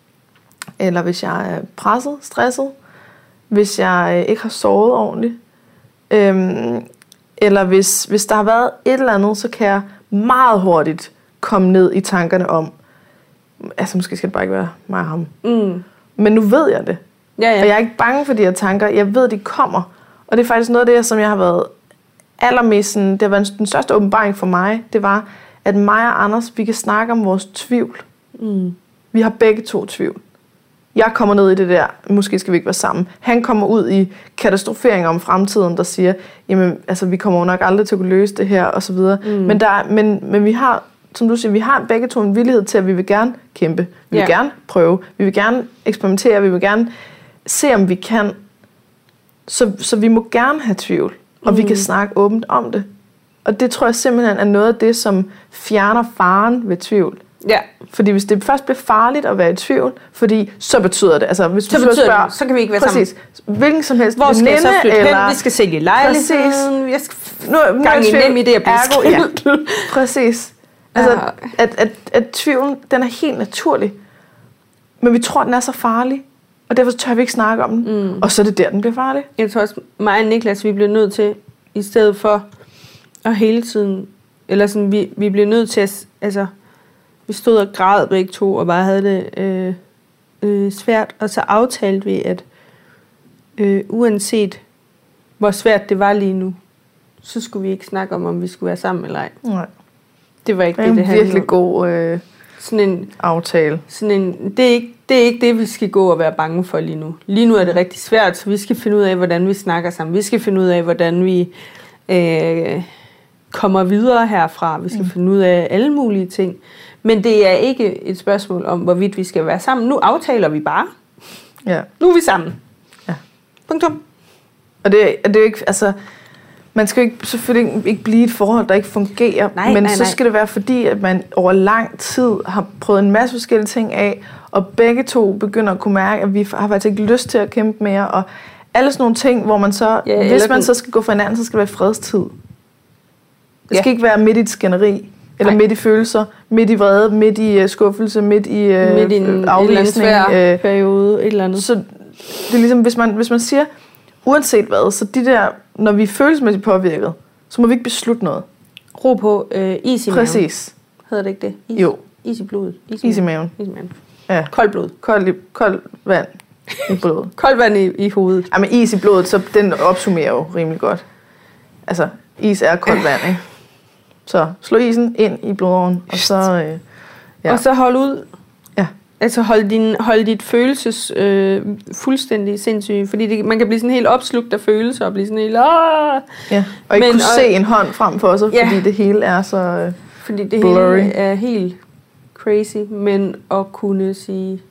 eller hvis jeg er presset, stresset, hvis jeg ikke har sovet ordentligt, øhm, eller hvis, hvis der har været et eller andet, så kan jeg meget hurtigt komme ned i tankerne om, altså måske skal det bare ikke være mig og ham. Mm. Men nu ved jeg det. Ja, ja. Og jeg er ikke bange for de her tanker. Jeg ved, de kommer. Og det er faktisk noget af det, som jeg har været allermest, sådan, det har været den største åbenbaring for mig, det var, at mig og Anders, vi kan snakke om vores tvivl. Mm. Vi har begge to tvivl. Jeg kommer ned i det der, måske skal vi ikke være sammen. Han kommer ud i katastroferinger om fremtiden, der siger, jamen, altså, vi kommer jo nok aldrig til at kunne løse det her, og så videre. Mm. Men, der, men, men vi har, som du siger, vi har begge to en villighed til, at vi vil gerne kæmpe. Vi vil ja. gerne prøve. Vi vil gerne eksperimentere. Vi vil gerne se, om vi kan. Så, så vi må gerne have tvivl. Og mm. vi kan snakke åbent om det. Og det tror jeg simpelthen er noget af det, som fjerner faren ved tvivl. Ja. Fordi hvis det først bliver farligt at være i tvivl, fordi så betyder det, altså hvis så du betyder spørger, det, så kan vi ikke være præcis, sammen. Hvilken som helst hvor skal veninde, jeg så flytte eller, hen? Vi skal sælge lejligheden. Jeg skal nu, nu gang i nem idé at blive skilt. Ja. Præcis. Altså, at, at, at tvivlen, den er helt naturlig. Men vi tror, den er så farlig. Og derfor tør vi ikke snakke om den. Mm. Og så er det der, den bliver farlig. Jeg tror også, mig og Niklas, vi bliver nødt til, i stedet for at hele tiden, eller sådan, vi, vi bliver nødt til at, altså, vi stod og græd begge to, og bare havde det øh, øh, svært. Og så aftalte vi, at øh, uanset hvor svært det var lige nu, så skulle vi ikke snakke om, om vi skulle være sammen eller ej. Nej. Det var ikke det, det, det handlede virkelig god øh, sådan en aftale. Sådan en, det, er ikke, det er ikke det, vi skal gå og være bange for lige nu. Lige nu er det rigtig svært, så vi skal finde ud af, hvordan vi snakker sammen. Vi skal finde ud af, hvordan vi øh, kommer videre herfra. Vi skal mm. finde ud af alle mulige ting. Men det er ikke et spørgsmål om, hvorvidt vi skal være sammen. Nu aftaler vi bare. Ja. Nu er vi sammen. Ja. Punktum. Og det, det er jo ikke, altså, man skal jo ikke, selvfølgelig ikke blive et forhold, der ikke fungerer, nej, men nej, så nej. skal det være fordi, at man over lang tid har prøvet en masse forskellige ting af, og begge to begynder at kunne mærke, at vi har faktisk ikke lyst til at kæmpe mere, og alle sådan nogle ting, hvor man så, ja, hvis man så skal gå for hinanden, så skal det være fredstid. Det skal ja. ikke være midt i et skænderi, eller nej. midt i følelser, midt i vrede, midt i uh, skuffelse, midt i uh, midt i en, afvisning. En svær uh, periode, et eller andet. Så det er ligesom, hvis man, hvis man siger, uanset hvad, så de der, når vi er følelsesmæssigt påvirket, så må vi ikke beslutte noget. Ro på, øh, is i maven. Præcis. Hedder det ikke det? Is, jo. Is i blodet. Is i, is i maven. Is i maven. Ja. Koldt blod. Kold, kold vand i blodet. Koldt vand i, i hovedet. Ja, men is i blodet, så den opsummerer jo rimelig godt. Altså, is er koldt vand, ikke? Så slå isen ind i blodåren, og så... Øh, ja. Og så hold ud. Ja. Altså hold, din, hold dit følelses øh, fuldstændig sindssygt, fordi det, man kan blive sådan helt opslugt af følelser, og blive sådan helt... Aah! Ja, og ikke Men, kunne og, se en hånd frem for sig, ja, fordi det hele er så øh, Fordi det blurry. hele er helt crazy, men at kunne sige,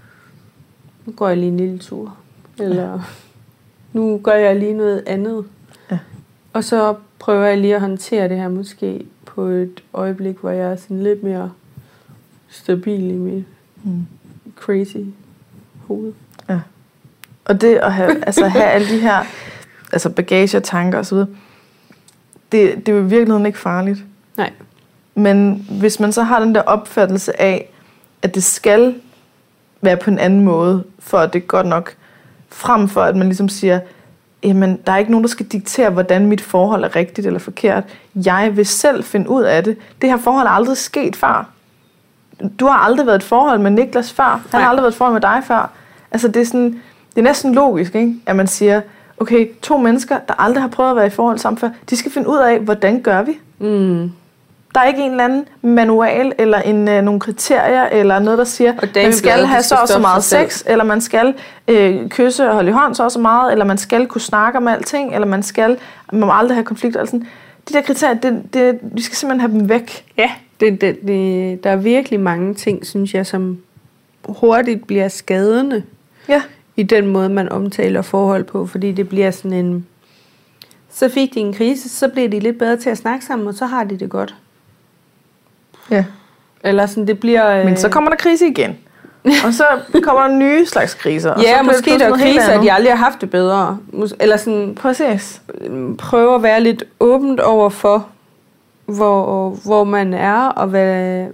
nu går jeg lige en lille tur, eller ja. nu gør jeg lige noget andet. Ja. Og så prøver jeg lige at håndtere det her måske på et øjeblik, hvor jeg er sådan lidt mere stabil i mit mm. crazy hoved. Ja. Og det at have, altså have alle de her altså bagage og tanker og så videre, det, det er jo i virkeligheden ikke farligt. Nej. Men hvis man så har den der opfattelse af, at det skal være på en anden måde, for at det er godt nok, frem for at man ligesom siger, jamen, der er ikke nogen, der skal diktere, hvordan mit forhold er rigtigt eller forkert. Jeg vil selv finde ud af det. Det her forhold er aldrig sket før. Du har aldrig været et forhold med Niklas før. Han Nej. har aldrig været et forhold med dig før. Altså, det er, sådan, det er næsten logisk, ikke? At man siger, okay, to mennesker, der aldrig har prøvet at være i forhold sammen før, de skal finde ud af, hvordan gør vi? Mm. Der er ikke en eller anden manual, eller en, øh, nogle kriterier, eller noget, der siger, man skal have så og så meget sex, eller man skal øh, kysse og holde i hånd så og så meget, eller man skal kunne snakke om alting, eller man skal, man må aldrig have konflikter. Altså, de der kriterier, det, det, vi skal simpelthen have dem væk. Ja, det, det, det, der er virkelig mange ting, synes jeg, som hurtigt bliver skadende ja. i den måde, man omtaler forhold på, fordi det bliver sådan en, så fik de en krise, så bliver de lidt bedre til at snakke sammen, og så har de det godt. Ja. Eller sådan, det bliver... Øh... Men så kommer der krise igen. Og så kommer der nye slags kriser. Og ja, så måske der er kriser, at de aldrig har haft det bedre. Eller sådan... Præcis. Prøve at være lidt åbent over for, hvor, hvor man er, og hvad,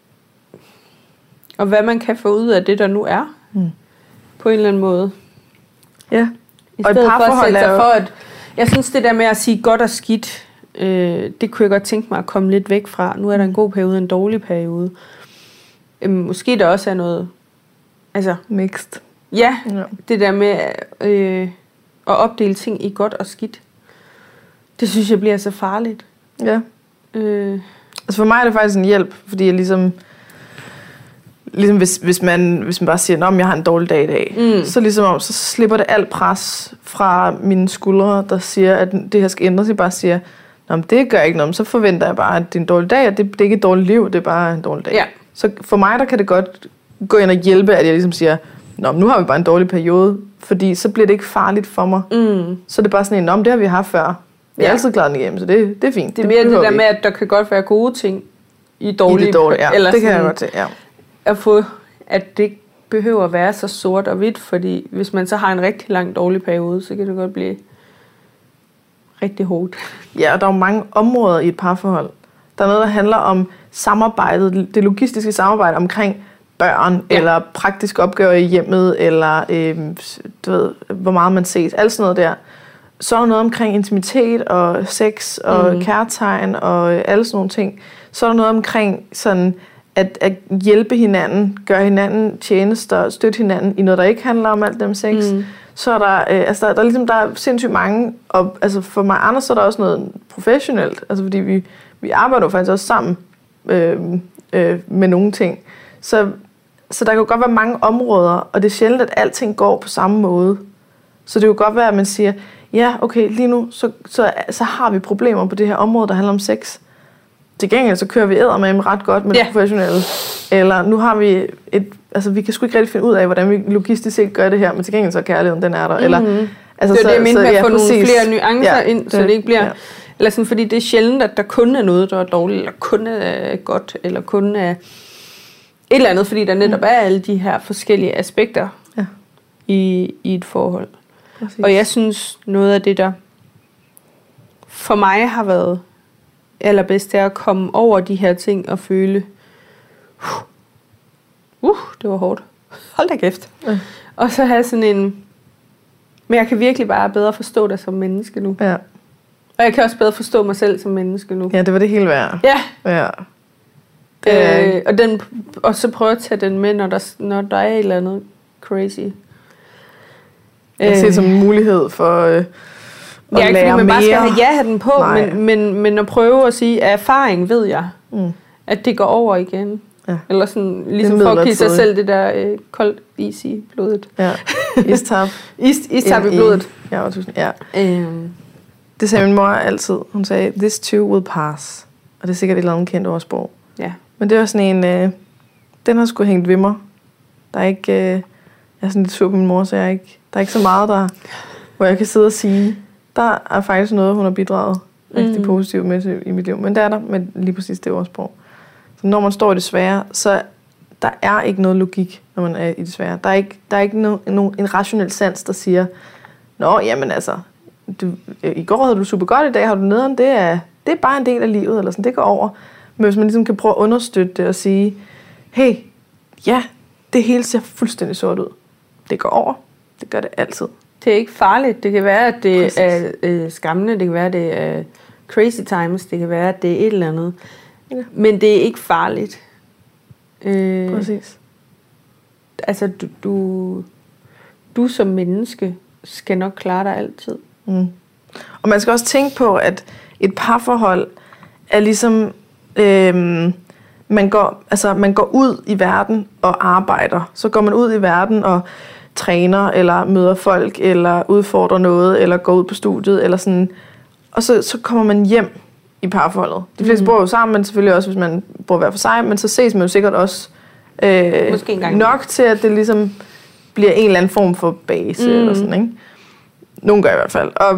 og hvad man kan få ud af det, der nu er. Mm. På en eller anden måde. Ja. I stedet for at sætte sig for, at... Jeg synes, det der med at sige godt og skidt, øh, det kunne jeg godt tænke mig at komme lidt væk fra. Nu er der en god periode, en dårlig periode. Øh, måske der også er noget... Altså... Mixed. Ja, ja. Det der med øh, at opdele ting i godt og skidt. Det synes jeg bliver så farligt. Ja. Øh. Altså for mig er det faktisk en hjælp, fordi jeg ligesom... Ligesom hvis, hvis, man, hvis man bare siger, at jeg har en dårlig dag i dag, mm. så, ligesom, så slipper det alt pres fra mine skuldre, der siger, at det her skal ændres. Jeg bare siger, at det gør ikke noget, så forventer jeg bare, at det er en dårlig dag, og det, det er ikke et dårligt liv, det er bare en dårlig dag. Ja. Så for mig, der kan det godt gå ind og hjælpe, at jeg ligesom siger, Nå, nu har vi bare en dårlig periode, fordi så bliver det ikke farligt for mig. Mm. Så er det bare sådan en, det har vi haft før. Vi har ja. altid klaret den igennem, så det, det er fint. Det er mere det, det der med, at der kan godt være gode ting i dårlige. I det dårlige, ja. Eller det kan sådan, jeg godt se, ja. At få, at det ikke behøver at være så sort og hvidt, fordi hvis man så har en rigtig lang dårlig periode, så kan det godt blive rigtig hårdt. Ja, og der er jo mange områder i et parforhold. Der er noget, der handler om samarbejdet, det logistiske samarbejde omkring børn, ja. Eller praktiske opgaver i hjemmet, eller øh, du ved, hvor meget man ses, alt sådan noget der. Så er der noget omkring intimitet og sex og mm. kærtegn og øh, alle sådan nogle ting. Så er der noget omkring sådan at, at hjælpe hinanden, gøre hinanden tjenester, støtte hinanden i noget, der ikke handler om alt dem sex. Mm. Så er der, øh, altså der, der, er ligesom, der er sindssygt mange, og altså for mig Anders, så er der også noget professionelt, altså fordi vi, vi arbejder jo faktisk også sammen, øh, øh, med nogle ting. Så, så der kan jo godt være mange områder, og det er sjældent, at alting går på samme måde. Så det kan jo godt være, at man siger, ja, okay, lige nu, så, så, så har vi problemer på det her område, der handler om sex. Til gengæld, så kører vi eddermame ret godt med ja. det professionelle. Eller nu har vi et, altså vi kan sgu ikke rigtig finde ud af, hvordan vi logistisk set gør det her, men til gengæld så er kærligheden, den er der. Mm-hmm. Eller, altså, det er så, det, jeg mener med at ja, få præcis. nogle flere nuancer ja, ind, så det, det ikke bliver... Ja. Eller sådan, fordi det er sjældent, at der kun er noget, der er dårligt, eller kun er godt, eller kun er et eller andet, fordi der netop mm. er alle de her forskellige aspekter ja. i, i et forhold. Præcis. Og jeg synes, noget af det, der for mig har været allerbedst, det er at komme over de her ting og føle, uh, uh det var hårdt. Hold da kæft. Ja. Og så have sådan en, men jeg kan virkelig bare bedre forstå dig som menneske nu. Ja. Og jeg kan også bedre forstå mig selv som menneske nu. Ja, det var det hele værd. Ja. Ja. Øh, og, den, og så prøve at tage den med, når der, når der er et eller andet crazy. Jeg ser det som en mulighed for øh, at ja, ikke, lære man mere. Bare skal have ja-hatten på, men, men, men at prøve at sige, af erfaring ved jeg, mm. at det går over igen. Ja. Eller sådan, ligesom for at give sig selv det der øh, koldt is i blodet. Ja, istap. is, istap i blodet. Ja, tusind. Ja. Øhm. Det sagde min mor altid. Hun sagde, this too will pass. Og det er sikkert et eller andet kendt ordsprog. Ja. Men det var sådan en, øh, den har sgu hængt ved mig. Der er ikke, øh, jeg er sådan lidt sur på min mor, så jeg er ikke, der er ikke så meget, der, hvor jeg kan sidde og sige, der er faktisk noget, hun har bidraget rigtig mm. positivt med i mit liv. Men det er der med lige præcis det ordsprog. Så når man står i det svære, så der er ikke noget logik, når man er i det svære. Der er ikke, der er ikke no, no, en rationel sans, der siger, nå, jamen altså, du, i går havde du super godt, i dag har du nederen, det er, det er bare en del af livet, eller sådan, det går over. Men hvis man ligesom kan prøve at understøtte det og sige, hey, ja, det hele ser fuldstændig sort ud. Det går over. Det gør det altid. Det er ikke farligt. Det kan være, at det Præcis. er øh, skræmmende. Det kan være, at det er crazy times. Det kan være, at det er et eller andet. Ja. Men det er ikke farligt. Øh, Præcis. Altså, du, du, du som menneske skal nok klare dig altid. Mm. Og man skal også tænke på, at et parforhold er ligesom... Øhm, man, går, altså, man går ud i verden og arbejder. Så går man ud i verden og træner, eller møder folk, eller udfordrer noget, eller går ud på studiet, eller sådan. Og så, så kommer man hjem i parforholdet. De fleste mm. bor jo sammen, men selvfølgelig også, hvis man bor hver for sig, men så ses man jo sikkert også øh, nok til, at det ligesom bliver en eller anden form for base, mm. eller sådan, ikke? Nogle gør i hvert fald. Og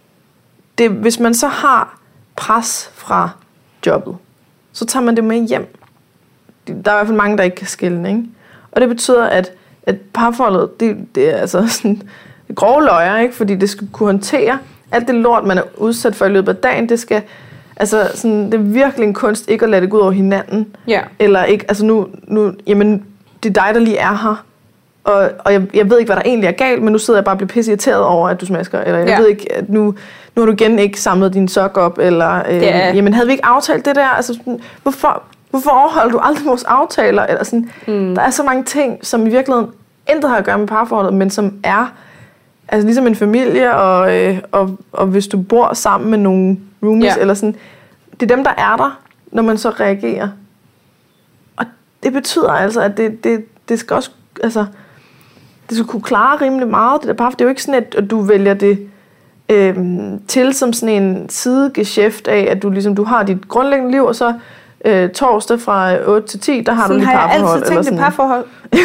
det, hvis man så har pres fra jobbet, så tager man det med hjem. Der er i hvert fald mange, der ikke kan skille, ikke? Og det betyder, at, at parforholdet, det, det er altså sådan grove løjer, ikke? Fordi det skal kunne håndtere alt det lort, man er udsat for i løbet af dagen. Det skal, altså sådan, det er virkelig en kunst ikke at lade det gå ud over hinanden. Ja. Eller ikke, altså nu, nu, jamen, det er dig, der lige er her. Og, og jeg, jeg ved ikke, hvad der egentlig er galt, men nu sidder jeg bare og bliver pisse irriteret over, at du smasker. Eller jeg ja. ved ikke, at nu, nu har du igen ikke samlet din sok op. Eller, øh, ja. jamen havde vi ikke aftalt det der? Altså, sådan, hvorfor, hvorfor overholder du aldrig vores aftaler? Eller sådan, mm. Der er så mange ting, som i virkeligheden intet har at gøre med parforholdet, men som er altså, ligesom en familie, og, øh, og, og hvis du bor sammen med nogle roomies, ja. eller sådan, det er dem, der er der, når man så reagerer. Og det betyder altså, at det, det, det skal også, altså, det skal kunne klare rimelig meget, det der parforhold. Det er jo ikke sådan, at du vælger det øh, til som sådan en sidegeschæft af, at du ligesom, du har dit grundlæggende liv, og så øh, torsdag fra otte til ti, der har sådan du lige parforhold. Sådan har jeg altid tænkt det parforhold.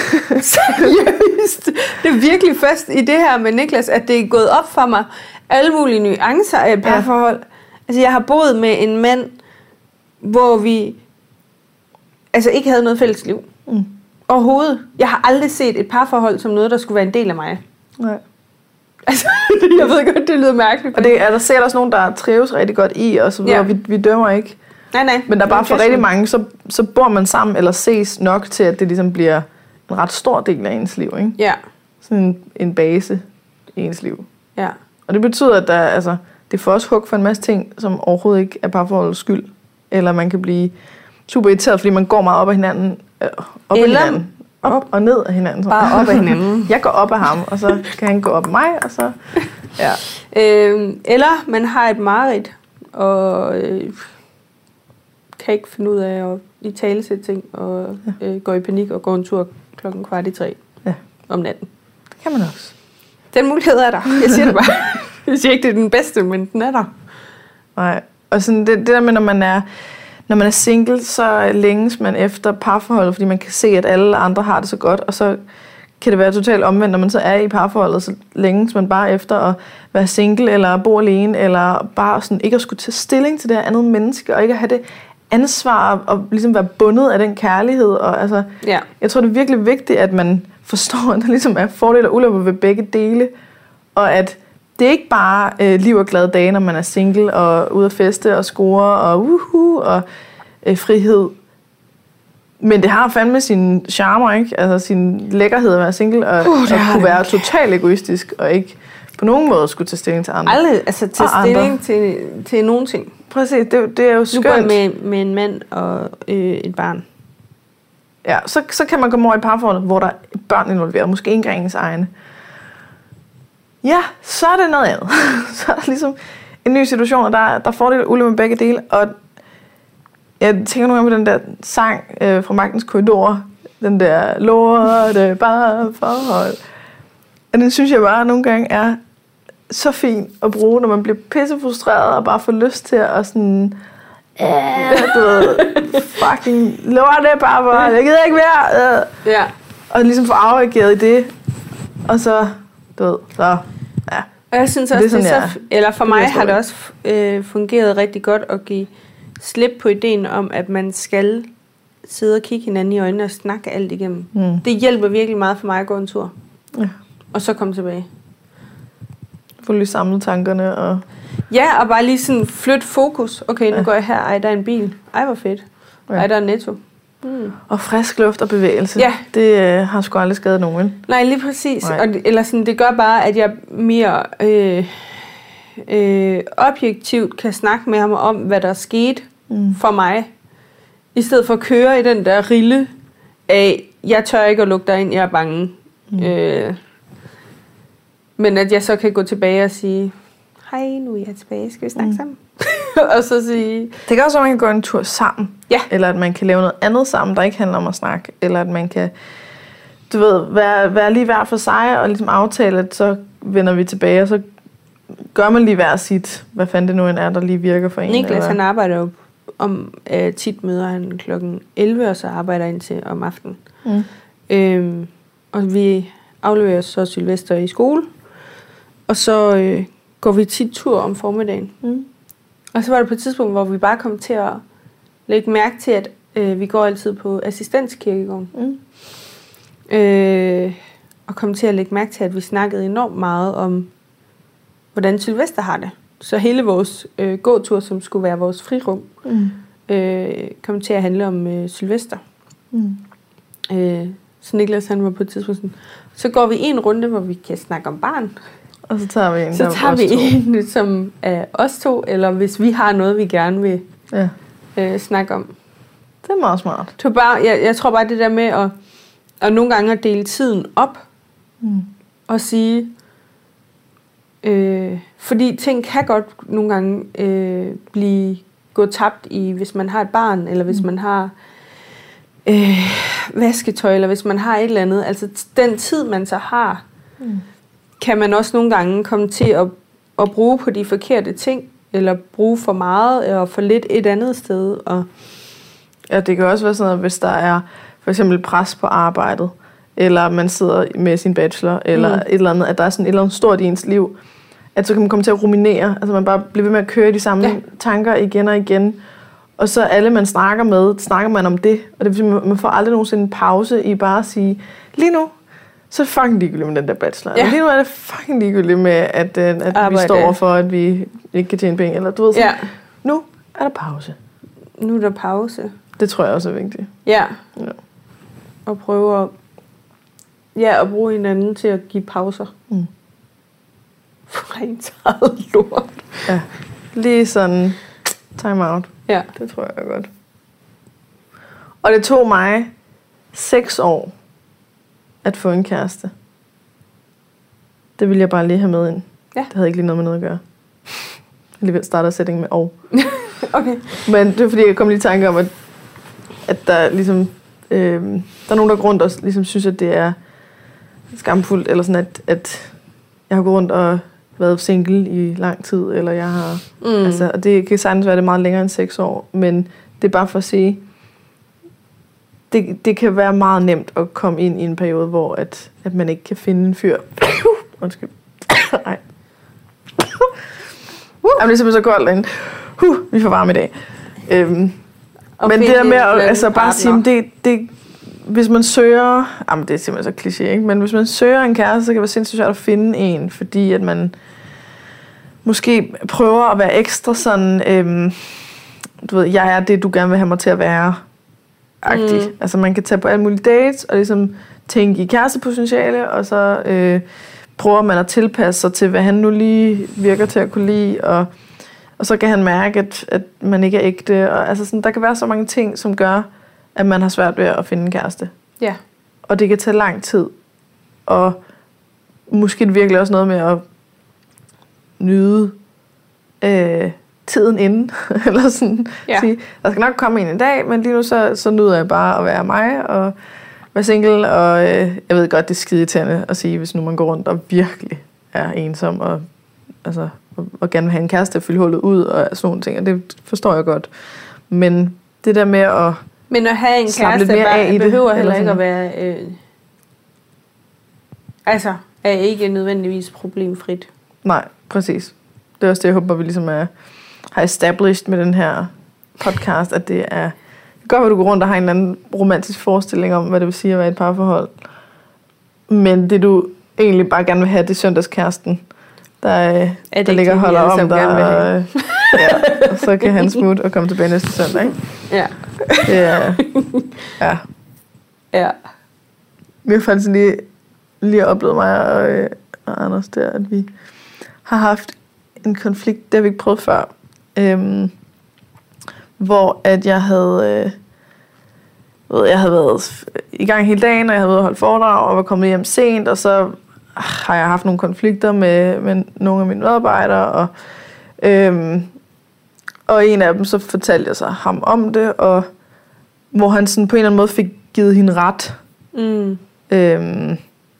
Seriøst. Det er virkelig først i det her med Niklas, at det er gået op for mig, alle mulige nuancer af et parforhold. Ja. Altså, jeg har boet med en mand, hvor vi altså ikke havde noget fælles liv. Mm. Overhovedet. Jeg har aldrig set et parforhold som noget, der skulle være en del af mig. Nej. Altså, jeg ved godt, det lyder mærkeligt. Og det er der selv også nogen, der trives rigtig godt i, og så videre. Ja. Vi, vi dømmer ikke. Nej, nej. Men der er bare for rigtig mange, så, så bor man sammen, eller ses nok til, at det ligesom bliver en ret stor del af ens liv, ikke? Ja. Sådan en, en base i ens liv. Ja. Og det betyder, at der, altså, det får også hug for en masse ting, som overhovedet ikke er parforholdets skyld. Eller man kan blive super irriteret, fordi man går meget op ad hinanden. Øh, op eller ad hinanden. Op, op og ned af hinanden. Bare op ad hinanden. Jeg går op ad ham, og så kan han gå op ad mig, og så... Ja. Øhm, eller man har et mareridt, og øh, kan ikke finde ud af at i talesæt ting, og ja. øh, går i panik og går en tur klokken kvart i tre ja. om natten. Det kan man også. Den mulighed er der. Jeg siger det bare. Jeg siger ikke, det er den bedste, men den er der. Nej. Og sådan det, det der med, når man er, når man er single, så længes man efter parforholdet, fordi man kan se, at alle andre har det så godt, og så kan det være totalt omvendt, når man så er i parforholdet, så længes man bare efter at være single, eller bo alene, eller bare sådan ikke at skulle tage stilling til det her andet menneske, og ikke at have det ansvar, og ligesom være bundet af den kærlighed. Og altså, ja. Jeg tror, det er virkelig vigtigt, at man forstår, at der ligesom er fordele og ulemper ved begge dele, og at det er ikke bare øh, liv og glade dage, når man er single, og ude at feste, og score, og uhu, og øh, frihed. Men det har fandme sin charmer, ikke? Altså sin lækkerhed at være single, og, uh, og kunne være totalt egoistisk, og ikke på nogen måde skulle tage stilling til andre. Aldrig, altså tage stilling til, til nogen ting. Præcis, det, det er jo skønt. Nu går med, med en mand og øh, et barn. Ja, så, så kan man komme over i parforhold, hvor der er børn involveret, måske ikke engang ens egne. Ja, så er det noget andet. Så er der ligesom en ny situation, og der, der får det ulemper med begge dele, og jeg tænker nogle gange på den der sang øh, fra Magtens Korridor, den der lorte bare forhold. Og den synes jeg bare nogle gange er så fin at bruge, når man bliver pissefrustreret og bare får lyst til at sådan, ja, du ved, fucking lorte bare forhold, jeg gider ikke mere. Øh. Ja. Og ligesom få afreageret i det, og så, du ved, så, ja. Og jeg synes også, det er, sådan, det er så, eller for mig har det også øh, fungeret rigtig godt at give slip på ideen om, at man skal sidde og kigge hinanden i øjnene og snakke alt igennem. Mm. Det hjælper virkelig meget for mig at gå en tur. Ja. Og så komme tilbage. Få lige samlet tankerne. Og ja, og bare lige sådan flytte fokus. Okay, nu ja. går jeg her. Ej, der er en bil. Ej, hvor fedt. Ja. Ej, der er en Netto. Mm. Og frisk luft og bevægelse. Ja. Det øh, har sgu aldrig skadet nogen. Nej, lige præcis. Og, eller sådan, det gør bare, at jeg mere øh, øh, objektivt kan snakke med ham om, hvad der er sket mm. for mig. I stedet for at køre i den der rille af, jeg tør ikke at lukke dig ind, jeg er bange. Mm. Øh, men at jeg så kan gå tilbage og sige, hej, nu er jeg tilbage, skal vi snakke mm. sammen? Og så sige... Det kan også være, at man kan gå en tur sammen. Ja. Eller at man kan lave noget andet sammen, der ikke handler om at snakke. Eller at man kan, du ved, være, være lige hver for sig, og ligesom aftale, at så vender vi tilbage, og så gør man lige hver sit, hvad fanden det nu end er, der lige virker for en. Niklas, eller? Han arbejder jo om, øh, tit møder han klokken elleve, og så arbejder indtil om aftenen. Mm. Øhm, og vi afleverer så Sylvester i skole, og så øh, går vi tit tur om formiddagen. Mm. Og så var det på et tidspunkt, hvor vi bare kom til at lægge mærke til, at øh, vi går altid på assistenskirkegården. Mm. Øh, og kom til at lægge mærke til, at vi snakkede enormt meget om, hvordan Sylvester har det. Så hele vores øh, gåtur, som skulle være vores frirum, mm. øh, kom til at handle om øh, Sylvester. Mm. Øh, så Niklas, han var på et tidspunkt sådan, så går vi en runde, hvor vi kan snakke om barn. Og så tager vi en, så tager vi en som er os to, eller hvis vi har noget, vi gerne vil ja. øh, snakke om. Det er meget smart. Så bare, jeg, jeg tror bare det der med at, at nogle gange at dele tiden op, mm. og sige, øh, fordi ting kan godt nogle gange øh, blive gå tabt i, hvis man har et barn, eller hvis mm. man har øh, vasketøj, eller hvis man har et eller andet. Altså den tid, man så har, mm. kan man også nogle gange komme til at, at bruge på de forkerte ting, eller bruge for meget, og for lidt et andet sted. Og ja, det kan også være sådan noget, hvis der er for eksempel pres på arbejdet, eller man sidder med sin bachelor, eller mm. et eller andet, at der er sådan et eller andet stort i ens liv, at så kan man komme til at ruminere, altså man bare bliver ved med at køre de samme ja. tanker igen og igen, og så alle man snakker med, snakker man om det, og det vil sige, man får aldrig nogensinde en pause i bare at sige, lige nu, så er det fucking ligegyldigt med den der bachelor. Ja. Lige nu er det fucking ligegyldigt med, at, at vi står for, at vi ikke kan tjene penge, eller du ved sådan, ja. Nu er der pause. Nu er der pause. Det tror jeg også er vigtigt. Ja. ja. Og prøve at, ja, at bruge hinanden til at give pauser. Mm. Rent eget lort. Ja. Lige sådan time out. Ja. Det tror jeg er godt. Og det tog mig seks år at få en kæreste. Det ville jeg bare lige have med ind. Ja. Det havde ikke lige noget med noget at gøre. Alligevel starter sætningen med og. Okay. Men det er fordi, jeg kom lige i tanke om, at at der ligesom, øh, der er nogen, der går rundt og ligesom synes, at det er skamfuldt, eller sådan, at, at jeg har gået rundt og været single i lang tid, eller jeg har, mm. altså, og det kan sagtens være det meget længere end seks år, men det er bare for at sige, det, det kan være meget nemt at komme ind i en periode, hvor at, at man ikke kan finde en fyr. Undskyld. Nej. Jamen, det er simpelthen så koldt derinde. Huh, vi får varme i dag. Øhm, men det der med at altså, bare sige, det, det, hvis man søger, jamen det er simpelthen så kliché, ikke? Men hvis man søger en kæreste, så kan det være sindssygt svært at finde en, fordi at man måske prøver at være ekstra sådan, øhm, du ved, jeg er det, du gerne vil have mig til at være, agtig. Mm. Altså man kan tage på alle mulige dates, og ligesom tænke i kærestepotentiale, og så øh, prøver man at tilpasse sig til, hvad han nu lige virker til at kunne lide, og, og så kan han mærke, at, at man ikke er ægte, og altså sådan, der kan være så mange ting, som gør, at man har svært ved at finde en kæreste. Ja. Yeah. Og det kan tage lang tid, og måske virkelig også noget med at nyde øh, tiden inden, eller sådan ja. sige, der skal nok komme en en dag, men lige nu så, så nyder jeg bare at være mig, og være single, og øh, jeg ved godt, det er skideirriterende at sige, hvis nu man går rundt og virkelig er ensom, og, altså, og, og gerne vil have en kæreste at fylde hullet ud, og sådan nogle ting, og det forstår jeg godt. Men det der med at Men at have en kæreste bare, behøver det, heller ikke at være, øh, altså, er ikke nødvendigvis problemfrit. Nej, præcis. Det er også det, jeg håber, vi ligesom er, har established med den her podcast, at det er, det gør, at du går rundt og har en eller anden romantisk forestilling om, hvad det vil sige at være i et parforhold. Men det du egentlig bare gerne vil have, det er søndagskæresten, der, der ligger og holder om dig. Og, ja, og så kan han smutte og komme tilbage næste søndag, ikke? Ja. Ja. Ja. Ja. Vi har faktisk lige, lige oplevet mig og, og Anders der, at vi har haft en konflikt, det har vi ikke prøvet før, øhm, hvor at jeg havde, øh, ved, jeg havde været i gang hele dagen, og jeg havde været holdt foredrag, og var kommet hjem sent, og så har jeg haft nogle konflikter med, med nogle af mine medarbejdere, og, øhm, og en af dem, så fortalte jeg så ham om det, og hvor han sådan på en eller anden måde fik givet hende ret. Mm. Øhm,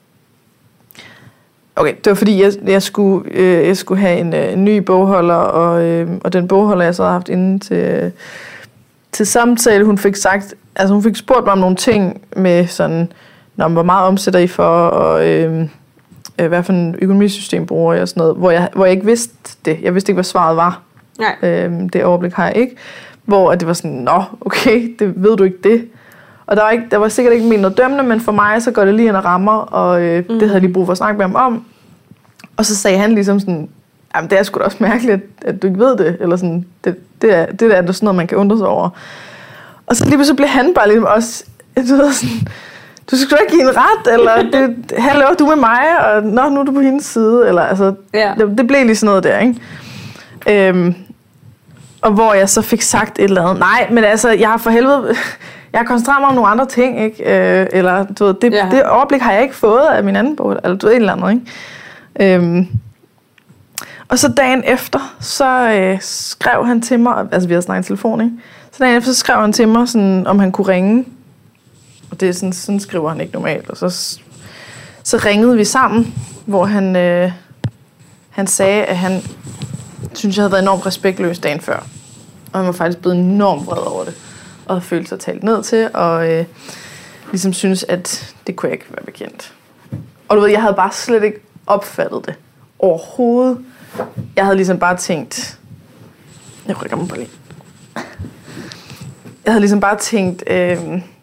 Okay, det var fordi, jeg, jeg, skulle, øh, jeg skulle have en, øh, en ny bogholder, og, øh, og den bogholder, jeg så havde haft inde til, til samtale, hun fik sagt, altså hun fik spurgt mig om nogle ting med sådan, når man hvor meget omsætter I for, og øh, øh, hvad for en økonomisystem bruger jeg og sådan noget, hvor jeg, hvor jeg ikke vidste det. Jeg vidste ikke, hvad svaret var. Nej. Øh, det overblik har jeg ikke. Hvor det var sådan, nå, okay, det ved du ikke det. Og der var, ikke, der var sikkert ikke ment noget dømmende, men for mig, så går det lige ind og rammer, og øh, mm. det havde jeg lige brug for at snakke med ham om. Og så sagde han ligesom sådan, jamen det er sgu da også mærkeligt, at, at du ikke ved det, eller sådan, det, det, er, det der er sådan noget, man kan undre sig over. Og så lige pludselig blev han bare ligesom også, du ved sådan, du skal ikke give en ret, eller det, her laver du med mig, og nå, nu er du på hendes side, eller altså, ja. det, det blev lige sådan noget der, ikke? Øhm, og hvor jeg så fik sagt et eller andet, nej, men altså, jeg har for helvede, jeg har koncentreret mig om nogle andre ting, ikke? Øh, eller du ved, det, ja. det overblik har jeg ikke fået af min anden bog, eller du ved, et eller andet, ikke? Øhm, og så dagen efter, så øh, skrev han til mig, altså vi havde snakket i telefon, ikke? Så dagen efter, så skrev han til mig, sådan, om han kunne ringe. Og det er sådan, sådan skriver han ikke normalt. Og så, så ringede vi sammen, hvor han, øh, han sagde, at han synes, jeg havde været enormt respektløs dagen før. Og han var faktisk blevet enormt vred over det. Og havde følt sig talt ned til, og øh, ligesom synes, at det kunne jeg ikke være bekendt. Og du ved, jeg havde bare slet ikke opfattet det overhovedet. Jeg havde ligesom bare tænkt, jeg rykker mig på lige. Jeg havde ligesom bare tænkt, øh,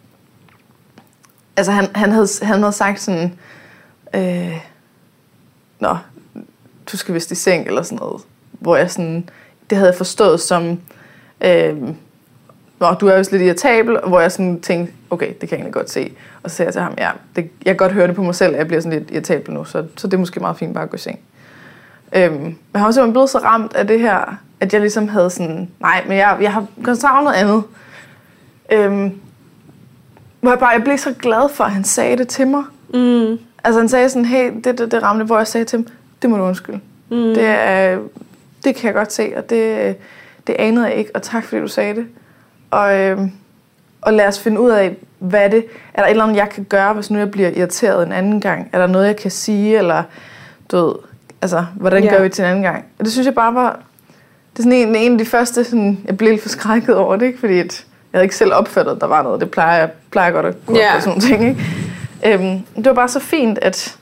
altså han, han, havde, han havde sagt sådan, øh, nå, du skal vist i seng eller sådan noget, hvor jeg sådan, det havde jeg forstået som, øh, nå, du er vist lidt irritabel, hvor jeg sådan tænkte, okay, det kan jeg egentlig godt se. Og så sagde jeg til ham, ja, det, jeg kan godt høre det på mig selv, at jeg bliver sådan lidt irritabel nu, så, så det er måske meget fint bare at gå i seng. Øhm, men han var simpelthen blevet så ramt af det her, at jeg ligesom havde sådan, nej, men jeg, jeg har koncentreret om noget andet. Øhm, hvor jeg bare, jeg blev så glad for, at han sagde det til mig. Mm. Altså han sagde sådan, hey, det, det, det ramte, hvor jeg sagde til ham, det må du undskylde. Mm. Det, er, det kan jeg godt se, og det, det anede jeg ikke, og tak fordi du sagde det. Og, øhm, og lad os finde ud af, hvad er det? Er der et eller andet, jeg kan gøre, hvis nu jeg bliver irriteret en anden gang? Er der noget, jeg kan sige, eller du ved, altså, hvordan Ja. gør vi til en anden gang? Og det synes jeg bare var, det er sådan en, en af de første, sådan, jeg blev lidt forskrækket over det, ikke? Fordi at jeg havde ikke selv opfattet, at der var noget. Det plejer jeg plejer godt at gå Ja. på sådan nogle ting, ikke? Øhm, det var bare så fint, at,